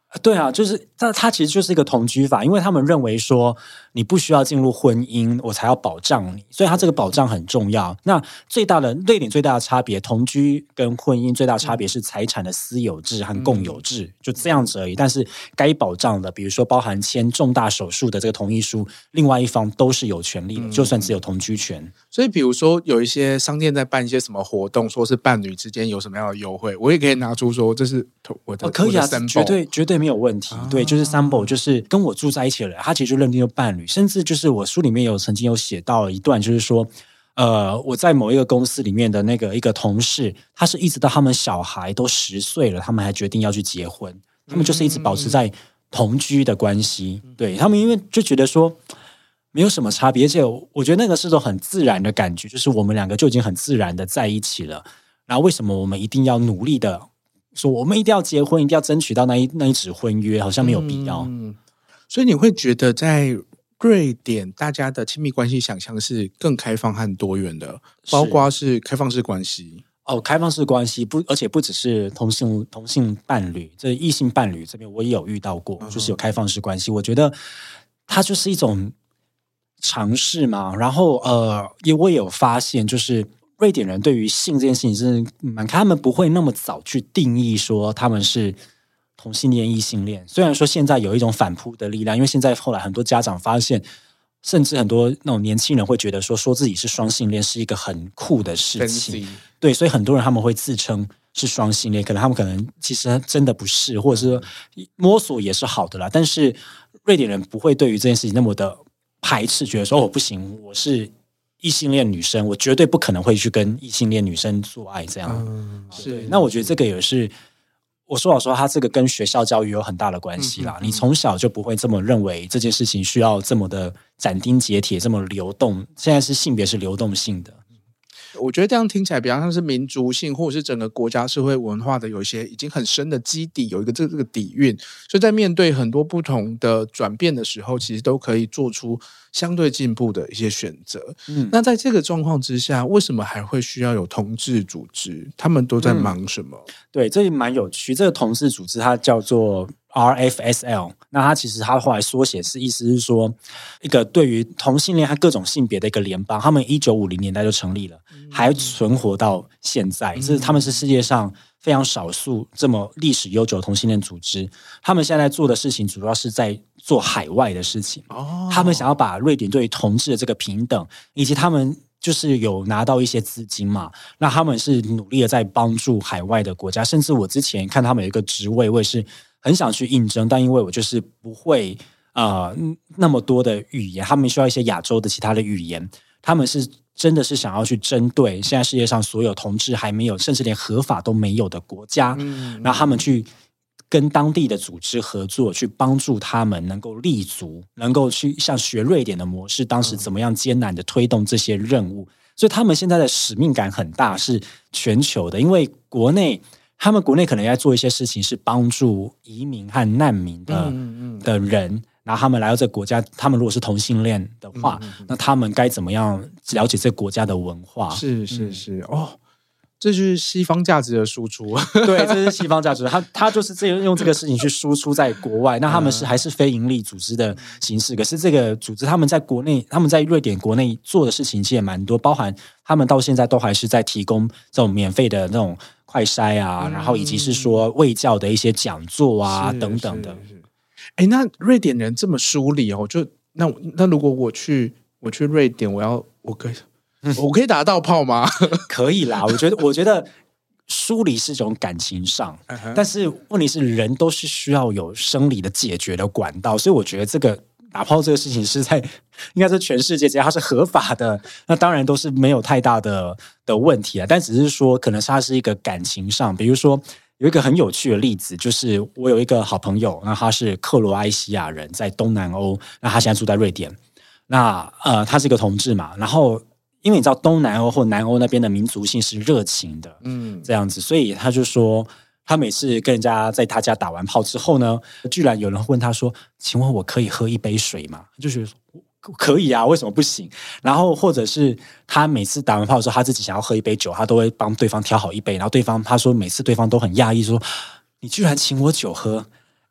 对啊，就是它，它其实就是一个同居法，因为他们认为说你不需要进入婚姻，我才要保障你，所以它这个保障很重要。那最大的瑞典最大的差别，同居跟婚姻最大的差别是财产的私有制和共有制，嗯、就这样子而已。但是该保障的，比如说包含签重大手术的这个同意书，另外一方都是有权利的，嗯、就算只有同居权。 所以，比如说有一些商店在办一些什么活动，说是伴侣之间有什么样的优惠，我也可以拿出说这是我的， 哦、可以啊，绝对绝对没有问题。 啊、 对，就是 sample， 就是跟我住在一起的人，他其实就认定就伴侣，甚至就是我书里面有曾经有写到一段，就是说，呃，我在某一个公司里面的那个一个同事，他是一直到他们小孩都十岁了，他们还决定要去结婚，他们就是一直保持在同居的关系。嗯、对他们，因为就觉得说没有什么差别，而且我觉得那个是种很自然的感觉，就是我们两个就已经很自然的在一起了，然后为什么我们一定要努力的说我们一定要结婚，一定要争取到那一那一纸婚约，好像没有必要。 嗯，所以你会觉得在瑞典，大家的亲密关系想象是更开放和多元的，包括是开放式关系。 哦，开放式关系不，而且不只是同性同性伴侣，这异性伴侣这边我也有遇到过，嗯、就是有开放式关系。我觉得它就是一种尝试嘛。然后呃，也我也有发现，就是瑞典人对于性这件事情是蛮，他们不会那么早去定义说他们是同性恋、异性恋。虽然说现在有一种反扑的力量，因为现在后来很多家长发现，甚至很多那种年轻人会觉得说说自己是双性恋是一个很酷的事情。对，所以很多人他们会自称是双性恋，可能他们可能其实真的不是，或者是摸索也是好的啦。但是瑞典人不会对于这件事情那么的排斥，觉得说哦不行，我是异性恋女生，我绝对不可能会去跟异性恋女生做爱这样。嗯、是，那我觉得这个也是，我说老实话，它这个跟学校教育有很大的关系啦。嗯嗯嗯，你从小就不会这么认为这件事情需要这么的斩钉截铁，这么流动。现在是性别是流动性的。 我觉得这样听起来比较像是民族性或者是整个国家社会文化的有一些已经很深的基底，有一个这个这个底蕴，所以在面对很多不同的转变的时候，其实都可以做出相对进步的一些选择。嗯，那在这个状况之下，为什么还会需要有同志组织？他们都在忙什么？嗯、 对，这也蛮有趣。这个同志组织它叫做 R F S L， 那它其实它后来缩写是意思是说一个对于同性恋和各种性别的一个联邦，他们一九五零年代就成立了，嗯、还存活到现在，这、嗯、是他们是世界上非常少数这么历史悠久的同性恋组织。他们现在做的事情主要是在做海外的事情，哦、他们想要把瑞典对于同志的这个平等，以及他们就是有拿到一些资金嘛，那他们是努力的在帮助海外的国家，甚至我之前看他们有一个职位，我也是很想去应征，但因为我就是不会呃那么多的语言，他们需要一些亚洲的其他的语言，他们是真的是想要去针对现在世界上所有同志还没有，甚至连合法都没有的国家，嗯、然后他们去跟当地的组织合作，去帮助他们能够立足，能够去像学瑞典的模式，当时怎么样艰难的推动这些任务。所以他们现在的使命感很大，是全球的。因为国内他们国内可能在做一些事情，是帮助移民和难民的、嗯嗯、的人，然后他们来到这个国家，他们如果是同性恋的话，嗯嗯、那他们该怎么样了解这个国家的文化？ 是是是、嗯、哦。这就是西方价值的输出。 对，这是西方价值，他他就是这用这个事情去输出在国外。那他们是还是非营利组织的形式，可是这个组织他们在国内，他们在瑞典国内做的事情其实也蛮多，包含他们到现在都还是在提供这种免费的那种快筛啊，嗯、然后以及是说卫教的一些讲座啊等等的。 哎，那瑞典人这么疏离哦，就那那如果我去我去瑞典，我要我可以。我可以打到炮吗？ 可以啦，我觉得，我觉得疏离是一种感情上， uh-huh. 但是问题是人都是需要有生理的解决的管道，所以我觉得这个打炮这个事情是在应该是全世界只要它是合法的，那当然都是没有太大的的问题啊。但只是说，可能它是一个感情上，比如说有一个很有趣的例子，就是我有一个好朋友，那他是克罗埃西亚人，在东南欧，那他现在住在瑞典，那呃，他是一个同志嘛，然后。因为你知道东南欧或南欧那边的民族性是热情的，嗯，这样子，所以他就说，他每次跟人家在他家打完炮之后呢，居然有人问他说：“请问我可以喝一杯水吗？”他就觉得说可以啊，为什么不行？然后或者是他每次打完炮的时候，他自己想要喝一杯酒，他都会帮对方挑好一杯，然后对方他说每次对方都很讶异说：“你居然请我酒喝。”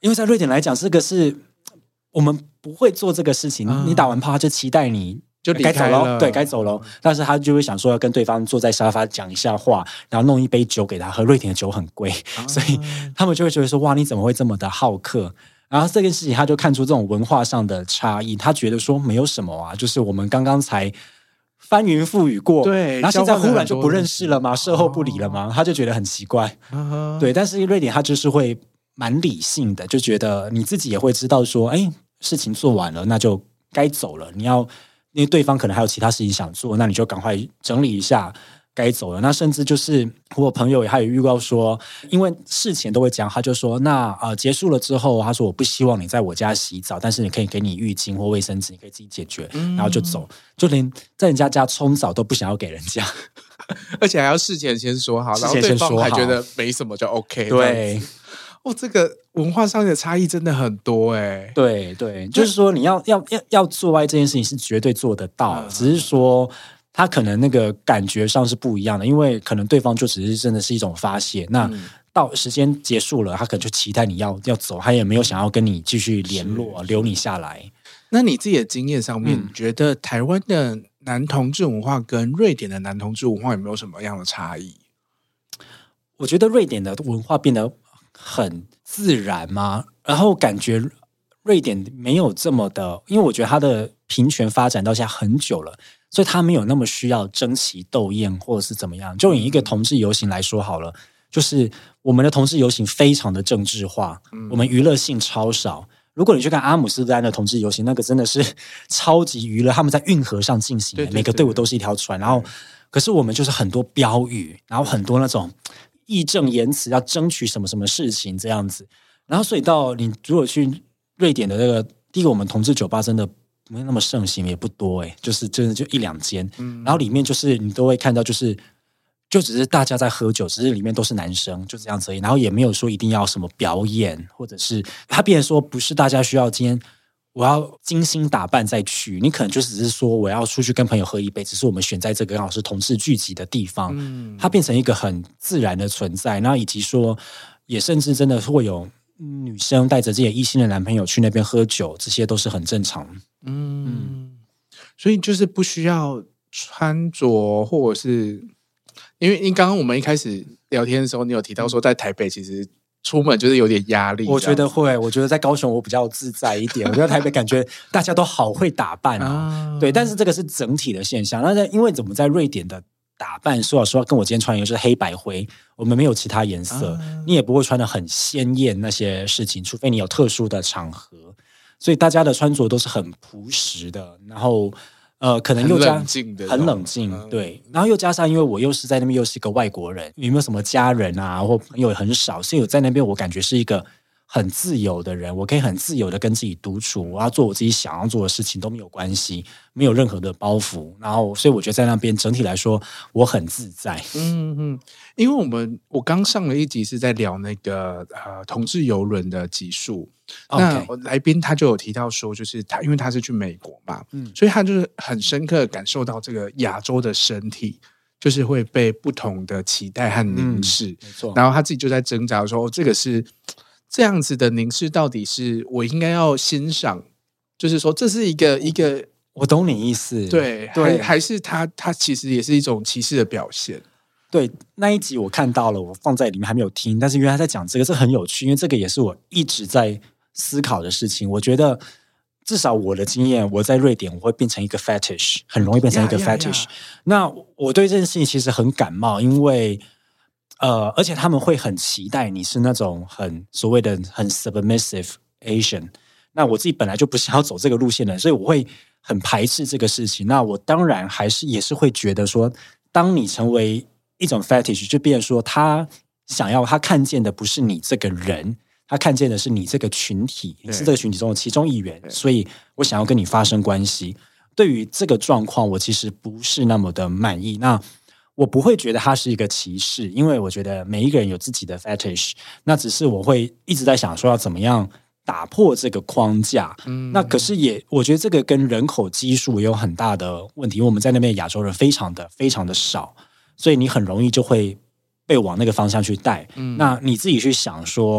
因为在瑞典来讲，这个是我们不会做这个事情。嗯、你打完炮，他就期待你就离开了， 对，该走了。但是他就会想说要跟对方坐在沙发讲一下话，然后弄一杯酒给他喝。瑞典的酒很贵，啊、所以他们就会觉得说：哇，你怎么会这么的好客？然后这件事情，他就看出这种文化上的差异。他觉得说没有什么啊，就是我们刚刚才翻云覆雨过， 对， 然后现在忽然就不认识了吗？售后不理了吗？他就觉得很奇怪。啊、对，但是瑞典他就是会蛮理性的，就觉得你自己也会知道说，哎，事情做完了，那就该走了。你要。因为对方可能还有其他事情想做，那你就赶快整理一下，该走了。那甚至就是我朋友也还有预告说，因为事前都会讲，他就说那呃结束了之后，他说我不希望你在我家洗澡，但是你可以给你浴巾或卫生纸，你可以自己解决，然后就走，就连在人家家冲澡都不想要给人家， 而且还要事前先说好，然后对方还觉得没什么就 OK。对。哦，这个文化上的差异真的很多哎、欸。 对对，就是说你要要要要做爱这件事情是绝对做得到，嗯、只是说他可能那个感觉上是不一样的，因为可能对方就只是真的是一种发泄。那到时间结束了，他可能就期待你要要走，他也没有想要跟你继续联络，留你下来。 那你自己的经验上面，嗯、你觉得台湾的男同志文化跟瑞典的男同志文化有没有什么样的差异？ 我觉得瑞典的文化变得很自然吗？然后感觉瑞典没有这么的，因为我觉得它的平权发展到现在很久了，所以它没有那么需要争奇斗艳或者是怎么样。就以一个同志游行来说好了，就是我们的同志游行非常的政治化，嗯、我们娱乐性超少。如果你去看阿姆斯特丹的同志游行，那个真的是超级娱乐，他们在运河上进行的，对对对，每个队伍都是一条船，然后可是我们就是很多标语，然后很多那种义正言辞要争取什么什么事情这样子，然后所以到你如果去瑞典的那个，第一个我们同志酒吧真的没那么盛行，也不多哎、欸，就是真的就一两间，嗯、然后里面就是你都会看到就是就只是大家在喝酒，只是里面都是男生，就这样子而已，然后也没有说一定要什么表演，或者是他变成说不是大家需要今天我要精心打扮再去，你可能就只是说我要出去跟朋友喝一杯，只是我们选在这个刚好是同志聚集的地方，嗯、它变成一个很自然的存在，然后以及说也甚至真的会有女生带着自己的异性的男朋友去那边喝酒，这些都是很正常。嗯， 嗯所以就是不需要穿着，或者是因为因为刚刚我们一开始聊天的时候，你有提到说在台北其实出门就是有点压力。 我觉得会，我觉得在高雄我比较自在一点，我觉得台北感觉大家都好会打扮啊，啊对，但是这个是整体的现象。那因为怎么在瑞典的打扮，说老实话，跟我今天穿一个是黑白灰，我们没有其他颜色，啊、你也不会穿得很鲜艳那些事情，除非你有特殊的场合。所以大家的穿着都是很朴实的，然后呃，可能又加很冷静的， 很冷静，嗯、对。然后又加上，因为我又是在那边又是一个外国人，有没有什么家人啊或朋友很少，所以我在那边我感觉是一个很自由的人，我可以很自由的跟自己独处，我要做我自己想要做的事情都没有关系，没有任何的包袱。然后，所以我觉得在那边整体来说我很自在。 嗯嗯，因为我们我刚上了一集是在聊那个呃同志邮轮的集数。那来宾他就有提到说，就是他因为他是去美国嘛，嗯，所以他就是很深刻感受到这个亚洲的身体就是会被不同的期待和凝视，嗯、没错。然后他自己就在挣扎说，哦，这个是这样子的凝视，到底是我应该要欣赏，就是说这是一个一个， 我懂你意思， 对对，还, 还是他他其实也是一种歧视的表现。 对，那一集我看到了，我放在里面还没有听，但是因为他在讲这个，这很有趣，因为这个也是我一直在思考的事情。我觉得至少我的经验，我在瑞典我会变成一个 fetish， 很容易变成一个 fetish。Yeah, yeah, yeah. 那我对这件事情其实很感冒，因为呃，而且他们会很期待你是那种很所谓的很 submissive Asian。那我自己本来就不想要走这个路线的，所以我会很排斥这个事情。那我当然还是也是会觉得说，当你成为一种 fetish， 就变成说他想要他看见的不是你这个人。他看见的是你这个群体，你是这个群体中的其中一员，所以我想要跟你发生关系。对于这个状况，我其实不是那么的满意。那我不会觉得它是一个歧视，因为我觉得每一个人有自己的 fetish。那只是我会一直在想说要怎么样打破这个框架。嗯、那可是也，我觉得这个跟人口基数也有很大的问题，因为我们在那边亚洲人非常的非常的少，所以你很容易就会被往那个方向去带。嗯、那你自己去想说。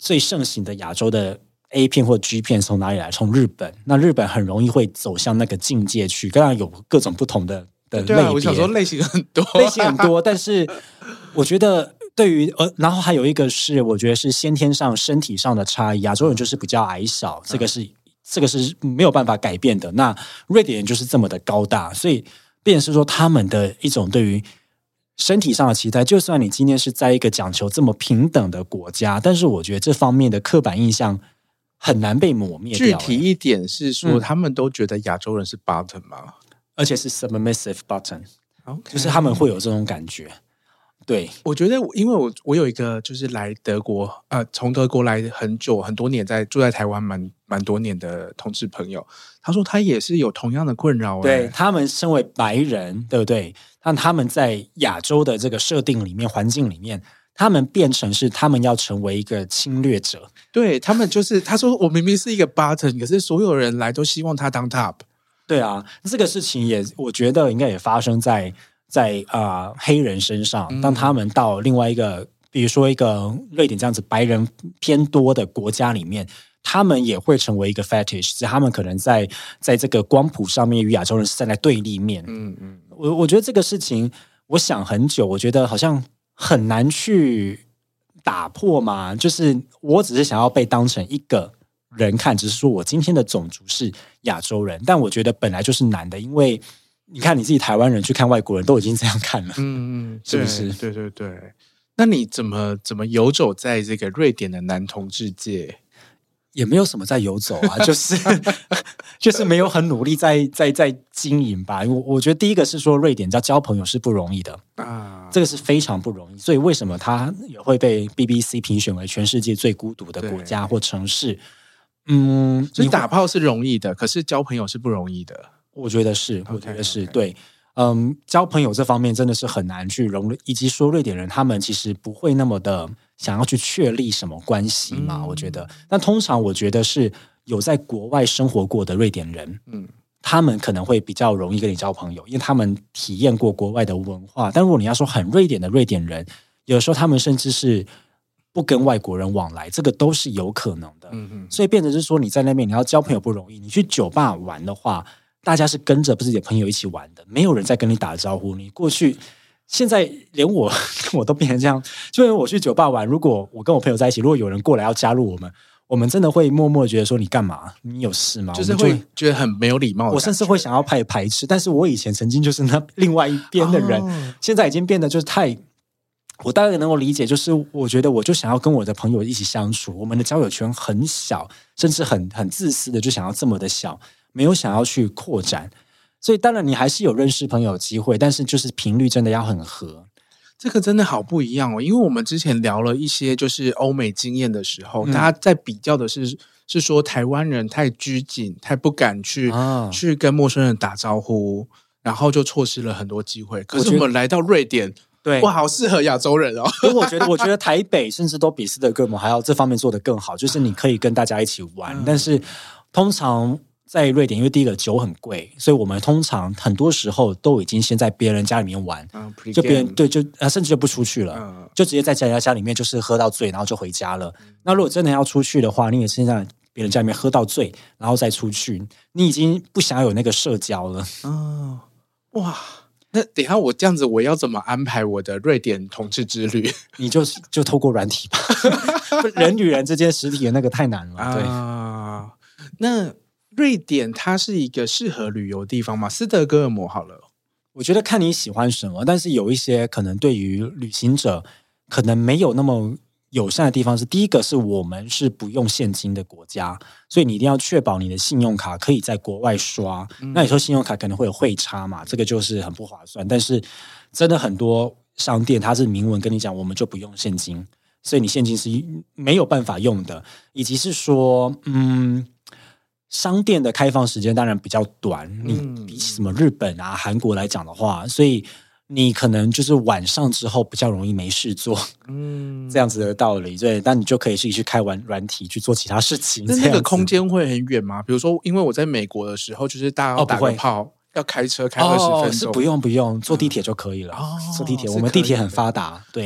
最盛行的亚洲的 A 片或 G 片从哪里来？从日本。那日本很容易会走向那个境界去，当然有各种不同的的类别。 对啊，我想说类型很多， 类型很多，但是我觉得对于呃，然后还有一个是，我觉得是先天上身体上的差异，亚洲人就是比较矮小，这个是、嗯、这个是没有办法改变的。那瑞典人就是这么的高大，所以变成是说他们的一种对于身体上的期待，就算你今天是在一个讲求这么平等的国家，但是我觉得这方面的刻板印象很难被抹灭掉。 具体一点是说，嗯、他们都觉得亚洲人是 bottom 吗？ 而且是 submissive bottom。Okay. 就是他们会有这种感觉。对， 我觉得因为我我有一个就是来德国呃，从德国来很久很多年，在住在台湾蛮蛮多年的同志朋友，他说他也是有同样的困扰、欸。 对，他们身为白人，对不对？但他们在亚洲的这个设定里面、环境里面，他们变成是他们要成为一个侵略者。 对，他们就是他说我明明是一个 bottom， 可是所有人来都希望他当 top。 对啊，这个事情也我觉得应该也发生在在啊、呃、黑人身上。当他们到另外一个，比如说一个瑞典这样子白人偏多的国家里面，他们也会成为一个 fetish， 只是他们可能在在这个光谱上面与亚洲人是站在对立面。嗯嗯，我我觉得这个事情，我想很久，我觉得好像很难去打破嘛。就是我只是想要被当成一个人看，只是说我今天的种族是亚洲人，但我觉得本来就是难的，因为你看你自己台湾人去看外国人都已经这样看了，嗯嗯，是不是？ 对对对。那你怎么怎么游走在这个瑞典的男同志界？ 也没有什么在游走啊，就是就是没有很努力在在在经营吧。我我觉得第一个是说瑞典要交朋友是不容易的啊，这个是非常不容易。所以为什么它也会被 B B C 评选为全世界最孤独的国家或城市？ 嗯，所以打炮是容易的，可是交朋友是不容易的。 我觉得是，我觉得是 okay, 对。嗯，交朋友这方面真的是很难去融入，以及说瑞典人他们其实不会那么的想要去确立什么关系嘛，嗯、我觉得。但通常我觉得是有在国外生活过的瑞典人，嗯，他们可能会比较容易跟你交朋友，因为他们体验过国外的文化。但如果你要说很瑞典的瑞典人，有时候他们甚至是不跟外国人往来，这个都是有可能的。嗯嗯，所以变成是说你在那边你要交朋友不容易，你去酒吧玩的话。大家是跟着自己的朋友一起玩的，没有人在跟你打招呼。你过去，现在连我我都变成这样。就因为我去酒吧玩，如果我跟我朋友在一起，如果有人过来要加入我们，我们真的会默默觉得说你干嘛？你有事吗？ 就是会觉得很没有礼貌的。 我甚至会想要排排斥。但是我以前曾经就是那另外一边的人，哦、现在已经变得就是太。我大概能够理解，就是我觉得我就想要跟我的朋友一起相处，我们的交友圈很小，甚至很很自私的就想要这么的小。没有想要去扩展，所以当然你还是有认识朋友的机会，但是就是频率真的要很合。 这个真的好不一样哦，因为我们之前聊了一些就是欧美经验的时候，嗯、大家在比较的是是说台湾人太拘谨，太不敢去、啊、去跟陌生人打招呼，然后就错失了很多机会。可是我们来到瑞典， 对， 哇，好适合亚洲人哦。 我觉得，我觉得台北甚至都比斯德哥尔摩还要这方面做得更好，就是你可以跟大家一起玩，嗯、但是通常。在瑞典，因为第一个酒很贵，所以我们通常很多时候都已经先在别人家里面玩，嗯、就别人对就啊，甚至就不出去了，嗯、就直接在人家家里面就是喝到醉，然后就回家了。嗯、那如果真的要出去的话，你也是在别人家里面喝到醉，然后再出去，你已经不想有那个社交了。 哦，哇！那等一下我这样子，我要怎么安排我的瑞典同志之旅？ 你就就透过软体吧，人与人之间实体的那个太难了。对啊， 那。瑞典它是一个适合旅游的地方吗？斯德哥尔摩好了， 我觉得看你喜欢什么，但是有一些可能对于旅行者可能没有那么友善的地方是，第一个是我们是不用现金的国家，所以你一定要确保你的信用卡可以在国外刷。嗯、那你说信用卡可能会有汇差嘛，这个就是很不划算。但是真的很多商店它是明文跟你讲，我们就不用现金，所以你现金是没有办法用的，以及是说，嗯。商店的开放时间当然比较短，你比起什么日本啊、韩国来讲的话，所以你可能就是晚上之后比较容易没事做，嗯，这样子的道理。对，但你就可以自己去开完软体去做其他事情。 那那个空间会很远吗？比如说，因为我在美国的时候，就是大家要打个炮，哦、要开车开二十分钟， 哦，是不用不用，坐地铁就可以了。哦、坐地铁，我们地铁很发达，对。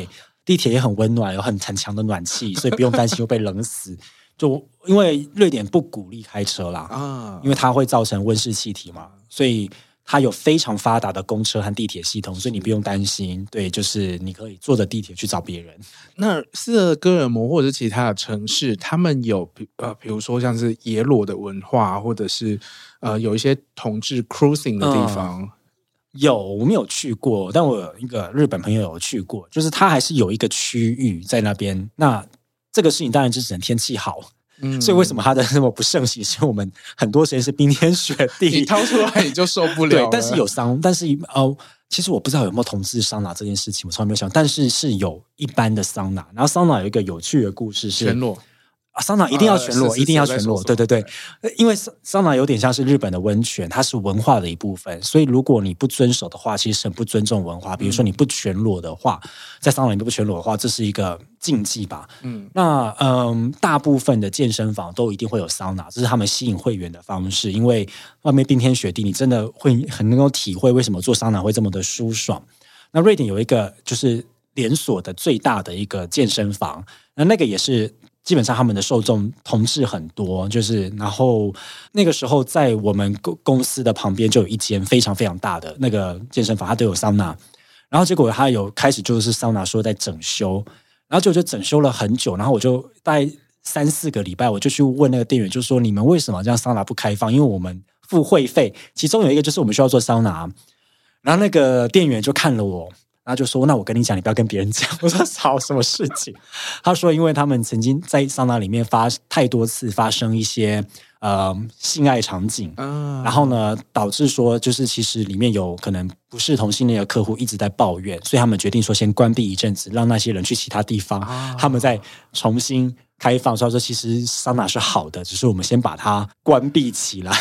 地铁也很温暖，有很很强的暖气，所以不用担心会被冷死。就因为瑞典不鼓励开车啦，啊，因为它会造成温室气体嘛，所以它有非常发达的公车和地铁系统，所以你不用担心。对，就是你可以坐着地铁去找别人。 那斯德哥尔摩或者是其他的城市，他们有呃，比如说像是野裸的文化，或者是呃有一些同志 cruising 的地方。嗯， 有，我没有去过，但我有一个日本朋友有去过，就是他还是有一个区域在那边。那这个事情当然就只能天气好，嗯，所以为什么它的那么不盛行？是因为我们很多时间是冰天雪地， 你掏出来你就受不了了。 对，但是有桑，但是呃，其实我不知道有没有同志桑拿这件事情，我从来没有想，但是是有一般的桑拿。然后桑拿有一个有趣的故事是全裸。 啊，桑拿一定要全裸，呃、一定要全裸，对对对，因为桑拿有点像是日本的温泉，它是文化的一部分，所以如果你不遵守的话，其实很不尊重文化。比如说你不全裸的话，在桑拿里面不全裸的话，这是一个禁忌吧。嗯，那嗯，大部分的健身房都一定会有桑拿，这是他们吸引会员的方式，因为外面冰天雪地，你真的会很能够体会为什么做桑拿会这么的舒爽。那瑞典有一个就是连锁的最大的一个健身房，那那个也是。基本上他们的受众同志很多，就是然后那个时候在我们公司的旁边就有一间非常非常大的那个健身房，它都有桑拿。然后结果他有开始就是桑拿说在整修，然后就就整修了很久，然后我就大概三四个礼拜，我就去问那个店员，就说你们为什么这样桑拿不开放？因为我们付会费，其中有一个就是我们需要做桑拿。然后那个店员就看了我。然后就说：“那我跟你讲，你不要跟别人讲。”我说：“好，什么事情？”他说：“因为他们曾经在桑拿里面发太多次发生一些呃性爱场景，嗯，然后呢，导致说就是其实里面有可能不是同性恋的客户一直在抱怨，所以他们决定说先关闭一阵子，让那些人去其他地方，啊、他们再重新开放。所以说，其实桑拿是好的，只是我们先把它关闭起来。”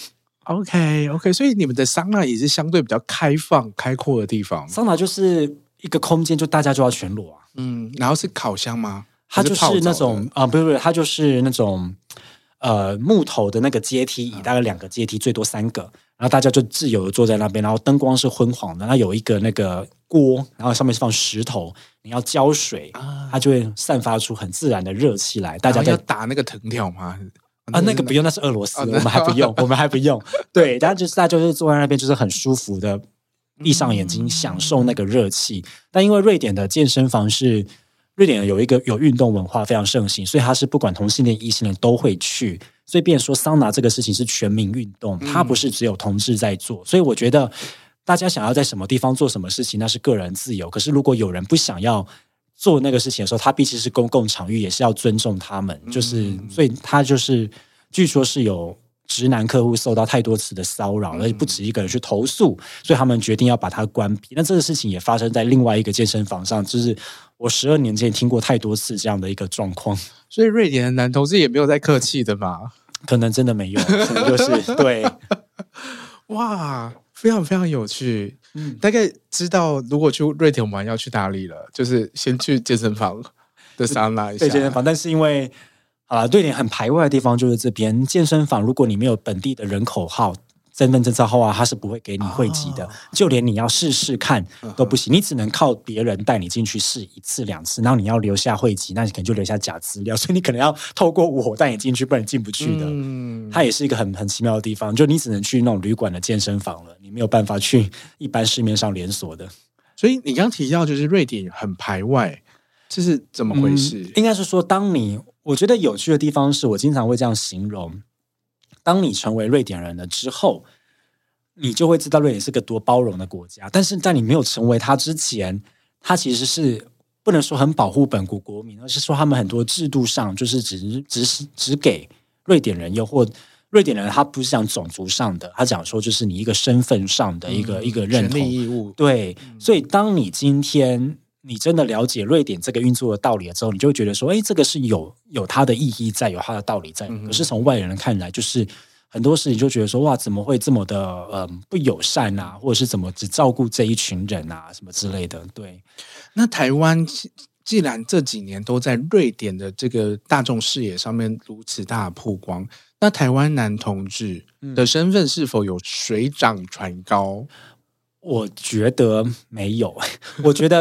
OK OK， 所以你们的桑拿也是相对比较开放、开阔的地方。 桑拿就是一个空间，就大家就要全裸啊。 嗯，然后是烤箱吗？ 它就是那种啊、呃，不是不是，它就是那种呃木头的那个阶梯椅，大概两个阶梯，最多三个，然后大家就自由的坐在那边，然后灯光是昏黄的，那有一个那个锅，然后上面是放石头，你要浇水，啊、它就会散发出很自然的热气来。大家要打那个藤条吗？ 啊，那个不用，那是俄罗斯，我们还不用，我们还不用。对，但就是大家就是坐在那边，就是很舒服的，闭上眼睛享受那个热气。但因为瑞典的健身房是瑞典有一个有运动文化非常盛行，所以它是不管同性恋、异性恋都会去。所以变成说桑拿这个事情是全民运动，它不是只有同志在做。所以我觉得大家想要在什么地方做什么事情，那是个人自由。可是如果有人不想要做那个事情的时候，他毕竟是公共场域，也是要尊重他们。就是，所以他就是据说是有直男客户受到太多次的骚扰，而且不止一个人去投诉，所以他们决定要把它关闭。那这个事情也发生在另外一个健身房上，就是我十二年前听过太多次这样的一个状况。 所以瑞典的男同志也没有在客气的嘛？ 可能真的没有，可能就是对。 哇，非常非常有趣。嗯，大概知道如果去瑞典玩要去哪里了，就是先去健身房的桑拿一下。 对，健身房，但是因为啊，瑞典很排外的地方就是这边健身房，如果你没有本地的人口号、身份证号号啊，它是不会给你会籍的，哦、就连你要试试看都不行，你只能靠别人带你进去试一次两次，然后你要留下会籍，那你可能就留下假资料，所以你可能要透过我带你进去，不然你进不去的。嗯，它也是一个很很奇妙的地方，就你只能去那种旅馆的健身房了，你没有办法去一般市面上连锁的。 所以你刚提到就是瑞典很排外，这是怎么回事？ 嗯、应该是说，当你我觉得有趣的地方是我经常会这样形容。当你成为瑞典人了之后，你就会知道瑞典是个多包容的国家。但是在你没有成为他之前，他其实是不能说很保护本国国民，而是说他们很多制度上就是只只只给瑞典人，又或瑞典人他不是讲种族上的，他讲说就是你一个身份上的一个、嗯、一个认同权利义务。 对，所以当你今天你真的了解瑞典这个运作的道理了之后，你就会觉得说，哎，这个是有有它的意义在，有它的道理在。可是从外人看来，就是很多事情就觉得说，哇，怎么会这么的呃不友善啊，或者是怎么只照顾这一群人啊，什么之类的。对， 那台湾既然这几年都在瑞典的这个大众视野上面如此大的曝光，那台湾男同志的身份是否有水涨船高？ 我觉得没有，我觉得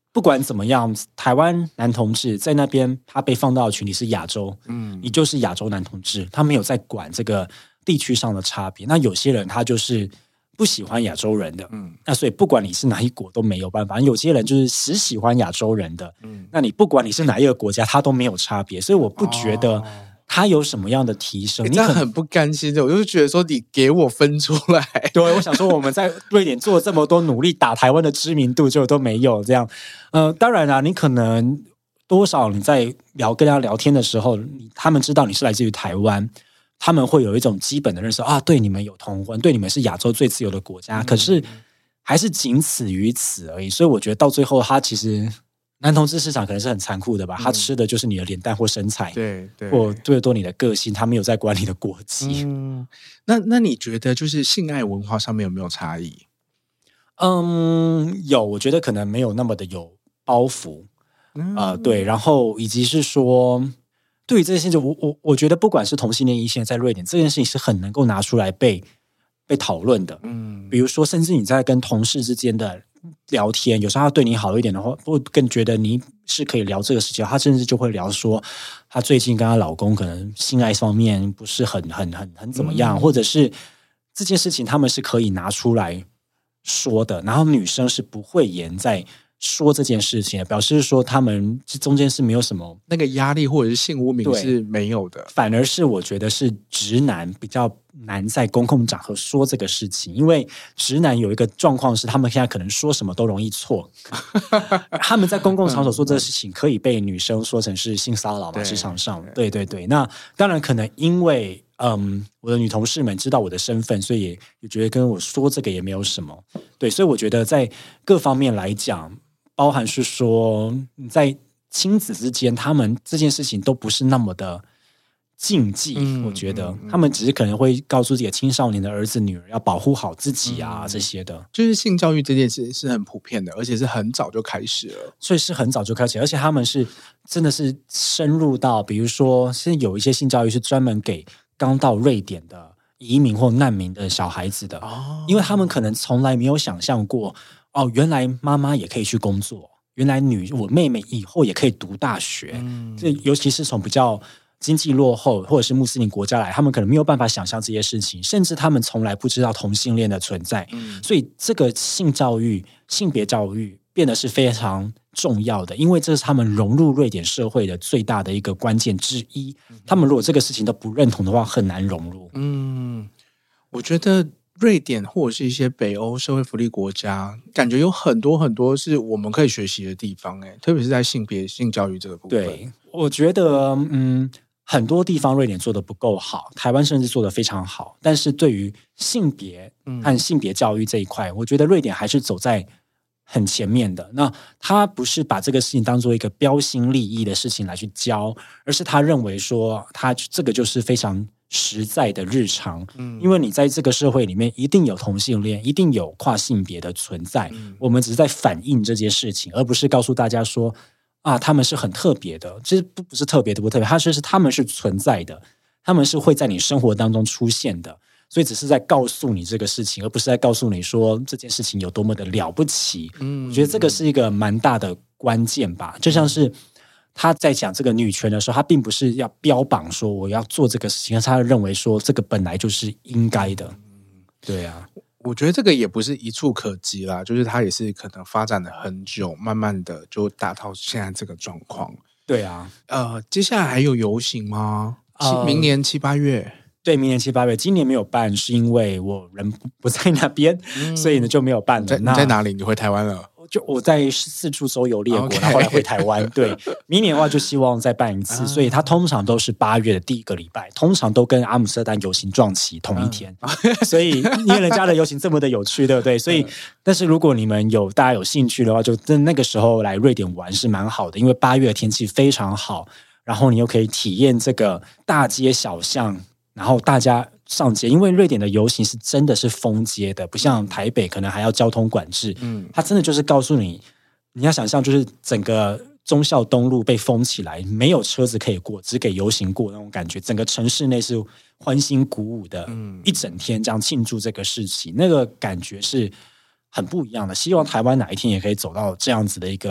不管怎么样，台湾男同志在那边，他被放到的群体是亚洲，嗯，你就是亚洲男同志，他没有在管这个地区上的差别。那有些人他就是不喜欢亚洲人的，嗯，那所以不管你是哪一国都没有办法。有些人就是只喜欢亚洲人的，嗯，那你不管你是哪一个国家，他都没有差别。所以我不觉得他有什么样的提升。 欸、你这样很不甘心的，我就觉得说你给我分出来。 对，我想说我们在瑞典做了这么多努力，打台湾的知名度，结果都没有这样。呃，当然啦，你可能多少你在聊跟大家聊天的时候，他们知道你是来自于台湾。他们会有一种基本的认识啊，对你们有同婚，对你们是亚洲最自由的国家，嗯、可是还是仅此于此而已。所以我觉得到最后，他其实男同志市场可能是很残酷的吧，嗯、他吃的就是你的脸蛋或身材， 对对， 或最多你的个性，他没有在管你的国籍。 嗯，那那你觉得就是性爱文化上面有没有差异？ 嗯，有，我觉得可能没有那么的有包袱，嗯、呃，对，然后以及是说。对于这件事情，我我我觉得不管是同性恋异性在瑞典，这件事情是很能够拿出来被被讨论的。嗯，比如说，甚至你在跟同事之间的聊天，有时候他对你好一点的话，或更觉得你是可以聊这个事情，他甚至就会聊说，他最近跟她老公可能性爱方面不是很很很很怎么样，嗯、或者是这件事情他们是可以拿出来说的，然后女生是不会言在。说这件事情，表示说他们中间是没有什么那个压力或者是性污名是没有的， 反而是我觉得是直男比较难在公共场合说这个事情，因为直男有一个状况是他们现在可能说什么都容易错，他们在公共场所说这个事情可以被女生说成是性骚扰嘛，职场上，对对对，那当然可能因为嗯，我的女同事们知道我的身份，所以也也觉得跟我说这个也没有什么，对，所以我觉得在各方面来讲。包含是说，在亲子之间，他们这件事情都不是那么的禁忌。嗯、我觉得、嗯、他们只是可能会告诉自己的青少年的儿子、女儿要保护好自己啊，嗯、这些的。 就是性教育这件事是很普遍的，而且是很早就开始了。 所以是很早就开始，而且他们是真的是深入到，比如说，现在有一些性教育是专门给刚到瑞典的移民或难民的小孩子的，哦、因为他们可能从来没有想象过。哦，原来妈妈也可以去工作，原来女我妹妹以后也可以读大学。嗯，这尤其是从比较经济落后或者是穆斯林国家来，他们可能没有办法想象这些事情，甚至他们从来不知道同性恋的存在。嗯，所以这个性教育、性别教育变得是非常重要的，因为这是他们融入瑞典社会的最大的一个关键之一。他们如果这个事情都不认同的话，很难融入。 嗯，我觉得。瑞典或者是一些北欧社会福利国家，感觉有很多很多是我们可以学习的地方，哎，特别是在性别性教育这个部分。 对，我觉得，嗯，很多地方瑞典做得不够好，台湾甚至做得非常好，但是对于性别和性别教育这一块，嗯、我觉得瑞典还是走在很前面的。那他不是把这个事情当做一个标新立异的事情来去教，而是他认为说，他这个就是非常。实在的日常，嗯，因为你在这个社会里面一定有同性恋，一定有跨性别的存在，嗯、我们只是在反映这件事情，而不是告诉大家说啊，他们是很特别的。其实不不是特别的不特别，它是是他们是存在的，他们是会在你生活当中出现的，所以只是在告诉你这个事情，而不是在告诉你说这件事情有多么的了不起。嗯，我觉得这个是一个蛮大的关键吧，就像是。他在讲这个女权的时候，他并不是要标榜说我要做这个事情，他认为说这个本来就是应该的。对啊， 我觉得这个也不是一触可及啦，就是他也是可能发展了很久，慢慢的就达到现在这个状况。 对啊， 呃，接下来还有游行吗？呃、明年七八月？ 对，明年七八月，今年没有办，是因为我人不在那边，嗯、所以呢就没有办了。 你在哪里？你回台湾了？ 就我在四处周游列国， okay. 然后后来回台湾。对，明年的话就希望再办一次，所以它通常都是八月的第一个礼拜，通常都跟阿姆斯特丹游行撞齐同一天。所以因为人家的游行这么的有趣，对不对？所以，但是如果你们有大家有兴趣的话，就在那个时候来瑞典玩是蛮好的，因为八月的天气非常好，然后你又可以体验这个大街小巷，然后大家。上街，因为瑞典的游行是真的是封街的，不像台北可能还要交通管制。嗯，它真的就是告诉你，你要想象就是整个忠孝东路被封起来，没有车子可以过，只给游行过那种感觉。整个城市内是欢欣鼓舞的，嗯，一整天这样庆祝这个事情，那个感觉是很不一样的。希望台湾哪一天也可以走到这样子的一个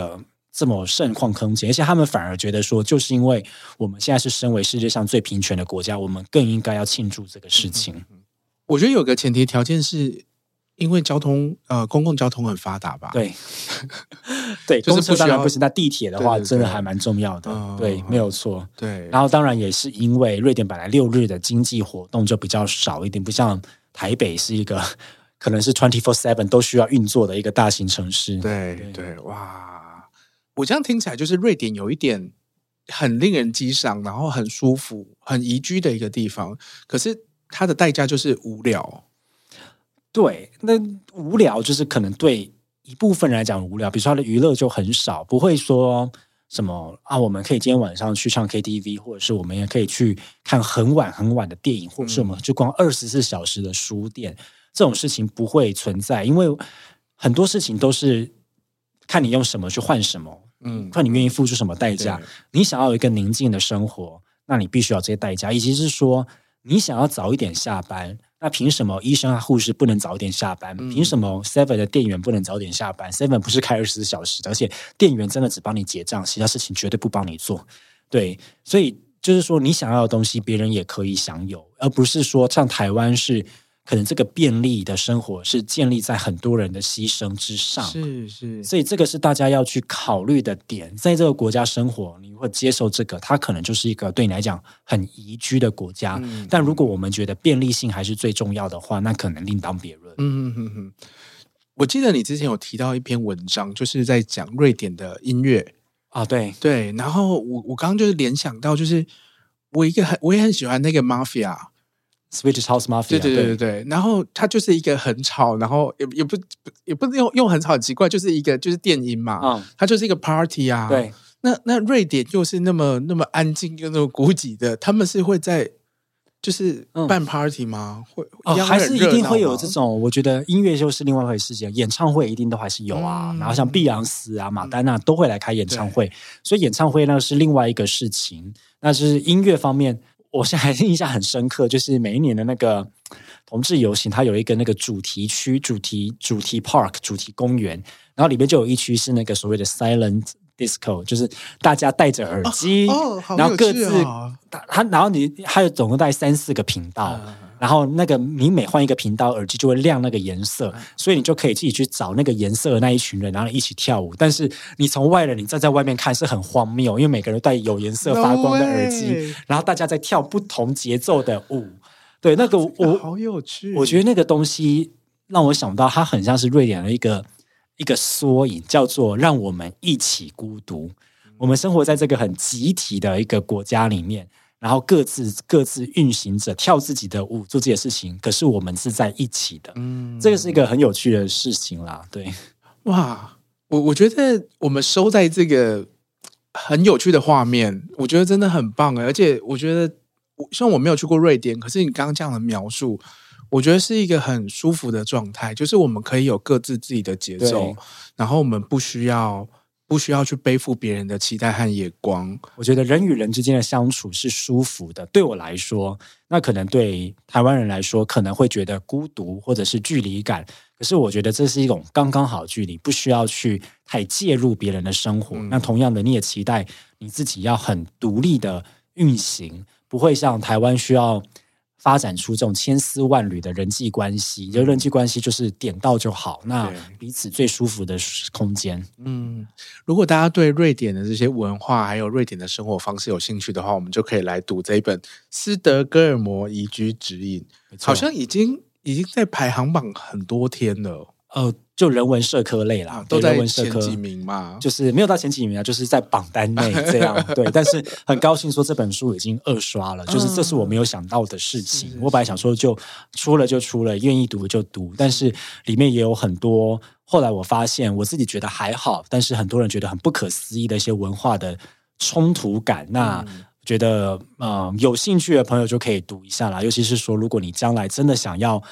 这么盛况空前，而且他们反而觉得说，就是因为我们现在是身为世界上最平权的国家，我们更应该要庆祝这个事情。嗯嗯嗯， 我觉得有个前提条件是因为交通呃公共交通很发达吧？ 对，对， 就是不需要公车当然不行，但地铁的话对对对真的还蛮重要的。 嗯对，没有错。 对， 然后当然也是因为瑞典本来六日的经济活动就比较少一点，不像台北是一个可能是 二十四小时 都需要运作的一个大型城市。 对对对，哇！我这样听起来就是瑞典有一点很令人激赏，然后很舒服、很宜居的一个地方，可是它的代价就是无聊。 对，那无聊就是可能对一部分人来讲无聊，比如说他的娱乐就很少，不会说什么啊，我们可以今天晚上去唱 K T V， 或者是我们也可以去看很晚很晚的电影，或者是我们去逛二十四小时的书店，这种事情不会存在，因为很多事情都是看你用什么去换什么，嗯，看你愿意付出什么代价。你想要有一个宁静的生活，那你必须要这些代价，以及是说你想要早一点下班。那凭什么医生和护士不能早一点下班？凭什么 Seven 的店员不能早点下班 ？Seven 不是开二十四小时的，而且店员真的只帮你结账，其他事情绝对不帮你做。对，所以就是说，你想要的东西，别人也可以享有，而不是说像台湾是可能这个便利的生活是建立在很多人的牺牲之上。 是是， 所以这个是大家要去考虑的点。在这个国家生活，你会接受这个，它可能就是一个对你来讲很宜居的国家。嗯、但如果我们觉得便利性还是最重要的话，那可能另当别论。 嗯哼哼，我记得你之前有提到一篇文章，就是在讲瑞典的音乐啊，对对。然后我我刚刚就是联想到，就是我一个很我也很喜欢那个 Mafia。Swedish House Mafia， 对对对对对，然后它就是一个很吵，然后也也不也不是用用很吵很奇怪，就是一个就是电音嘛，嗯、它就是一个 party 啊。 对， 那那瑞典又是那么那么安静又那么孤寂的，他们是会在就是办 party 吗？嗯、会、 哦、还是一定会有这种？我觉得音乐就是另外一回事情，演唱会一定都还是有啊。嗯、然后像碧昂斯啊、马丹娜都会来开演唱会，所以演唱会那是另外一个事情。那就是音乐方面。我现在还是印象很深刻，就是每一年的那个同志游行，它有一个那个主题区、主题主题 park、主题公园，然后里面就有一区是那个所谓的 silent disco， 就是大家戴着耳机， 哦哦、 然后各自它，然后你还有总共大概三四个频道。嗯，然后那个你每换一个频道，耳机就会亮那个颜色，所以你就可以自己去找那个颜色的那一群人，然后一起跳舞。但是你从外人，你站在外面看是很荒谬，因为每个人戴有颜色发光的耳机， no、然后大家在跳不同节奏的舞。对，那个我、 这个、好有趣。 我觉得那个东西让我想到，它很像是瑞典的一个一个缩影，叫做让我们一起孤独。我们生活在这个很集体的一个国家里面。然后各自各自运行着，跳自己的舞，做自己的事情。可是我们是在一起的，嗯，这个是一个很有趣的事情啦。对， 哇，我我觉得我们收在这个很有趣的画面，我觉得真的很棒。而且我觉得，虽然我没有去过瑞典，可是你刚刚这样的描述，我觉得是一个很舒服的状态，就是我们可以有各自自己的节奏，然后我们不需要。不需要去背负别人的期待和眼光。 我觉得人与人之间的相处是舒服的。对我来说，那可能对台湾人来说可能会觉得孤独或者是距离感。可是我觉得这是一种刚刚好距离，不需要去太介入别人的生活。嗯、那同样的，你也期待你自己要很独立的运行，不会像台湾需要发展出这种千丝万缕的人际关系，就人际关系就是点到就好，那彼此最舒服的空间。 嗯，如果大家对瑞典的这些文化还有瑞典的生活方式有兴趣的话，我们就可以来读这一本《斯德哥尔摩宜居指引》，好像已经已经在排行榜很多天了。 呃，就人文社科类啦， 啊、都在前几名嘛， 就是没有到前几名啊，就是在榜单内这样。对，但是很高兴说这本书已经二刷了，就是这是我没有想到的事情。嗯、我本来想说就出了就出了，愿意读就读，但是里面也有很多。后来我发现我自己觉得还好，但是很多人觉得很不可思议的一些文化的冲突感。那觉得、呃、有兴趣的朋友就可以读一下啦，尤其是说如果你将来真的想要。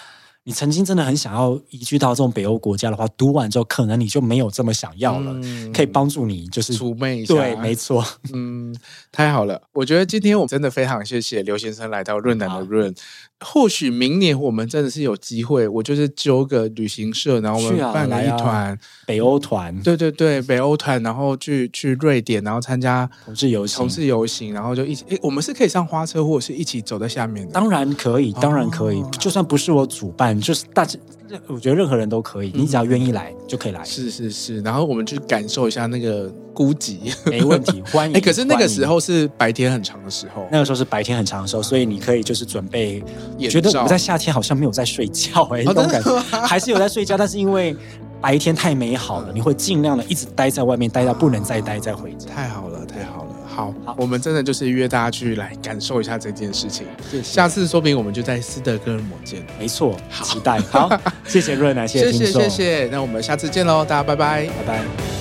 你曾经真的很想要移居到这种北欧国家的话，读完之后可能你就没有这么想要了，嗯、可以帮助你就是除魅一下。 对，没错。 嗯，太好了，我觉得今天我真的非常谢谢刘先生来到润南的润。或许明年我们真的是有机会，我就是揪个旅行社，然后我们办了一团、啊、 北欧团， 对对对，北欧团，然后去去瑞典，然后参加同志游行， 同志游行，然后就一起，诶，我们是可以上花车，或者是一起走在下面的。 当然可以，当然可以，哦、就算不是我主办，就是大家，我觉得任何人都可以，嗯、你只要愿意来就可以来。 是是是，然后我们去感受一下那个孤寂， 没问题，欢迎。 哎，可是那个时候是白天很长的时候， 那个时候是白天很长的时候，所以你可以就是准备。觉得我在夏天好像没有在睡觉哎、欸，那、哦、种感觉还是有在睡觉，但是因为白天太美好了，你会尽量的一直待在外面，待到不能再待，再回家。 太好了，太好了。好，好，我们真的就是约大家去来感受一下这件事情。谢谢，下次说不定我们就在斯德哥尔摩见。 没错，期待。好，谢谢润南，谢谢听众， 谢谢谢谢。那我们下次见喽，大家拜拜， 拜拜。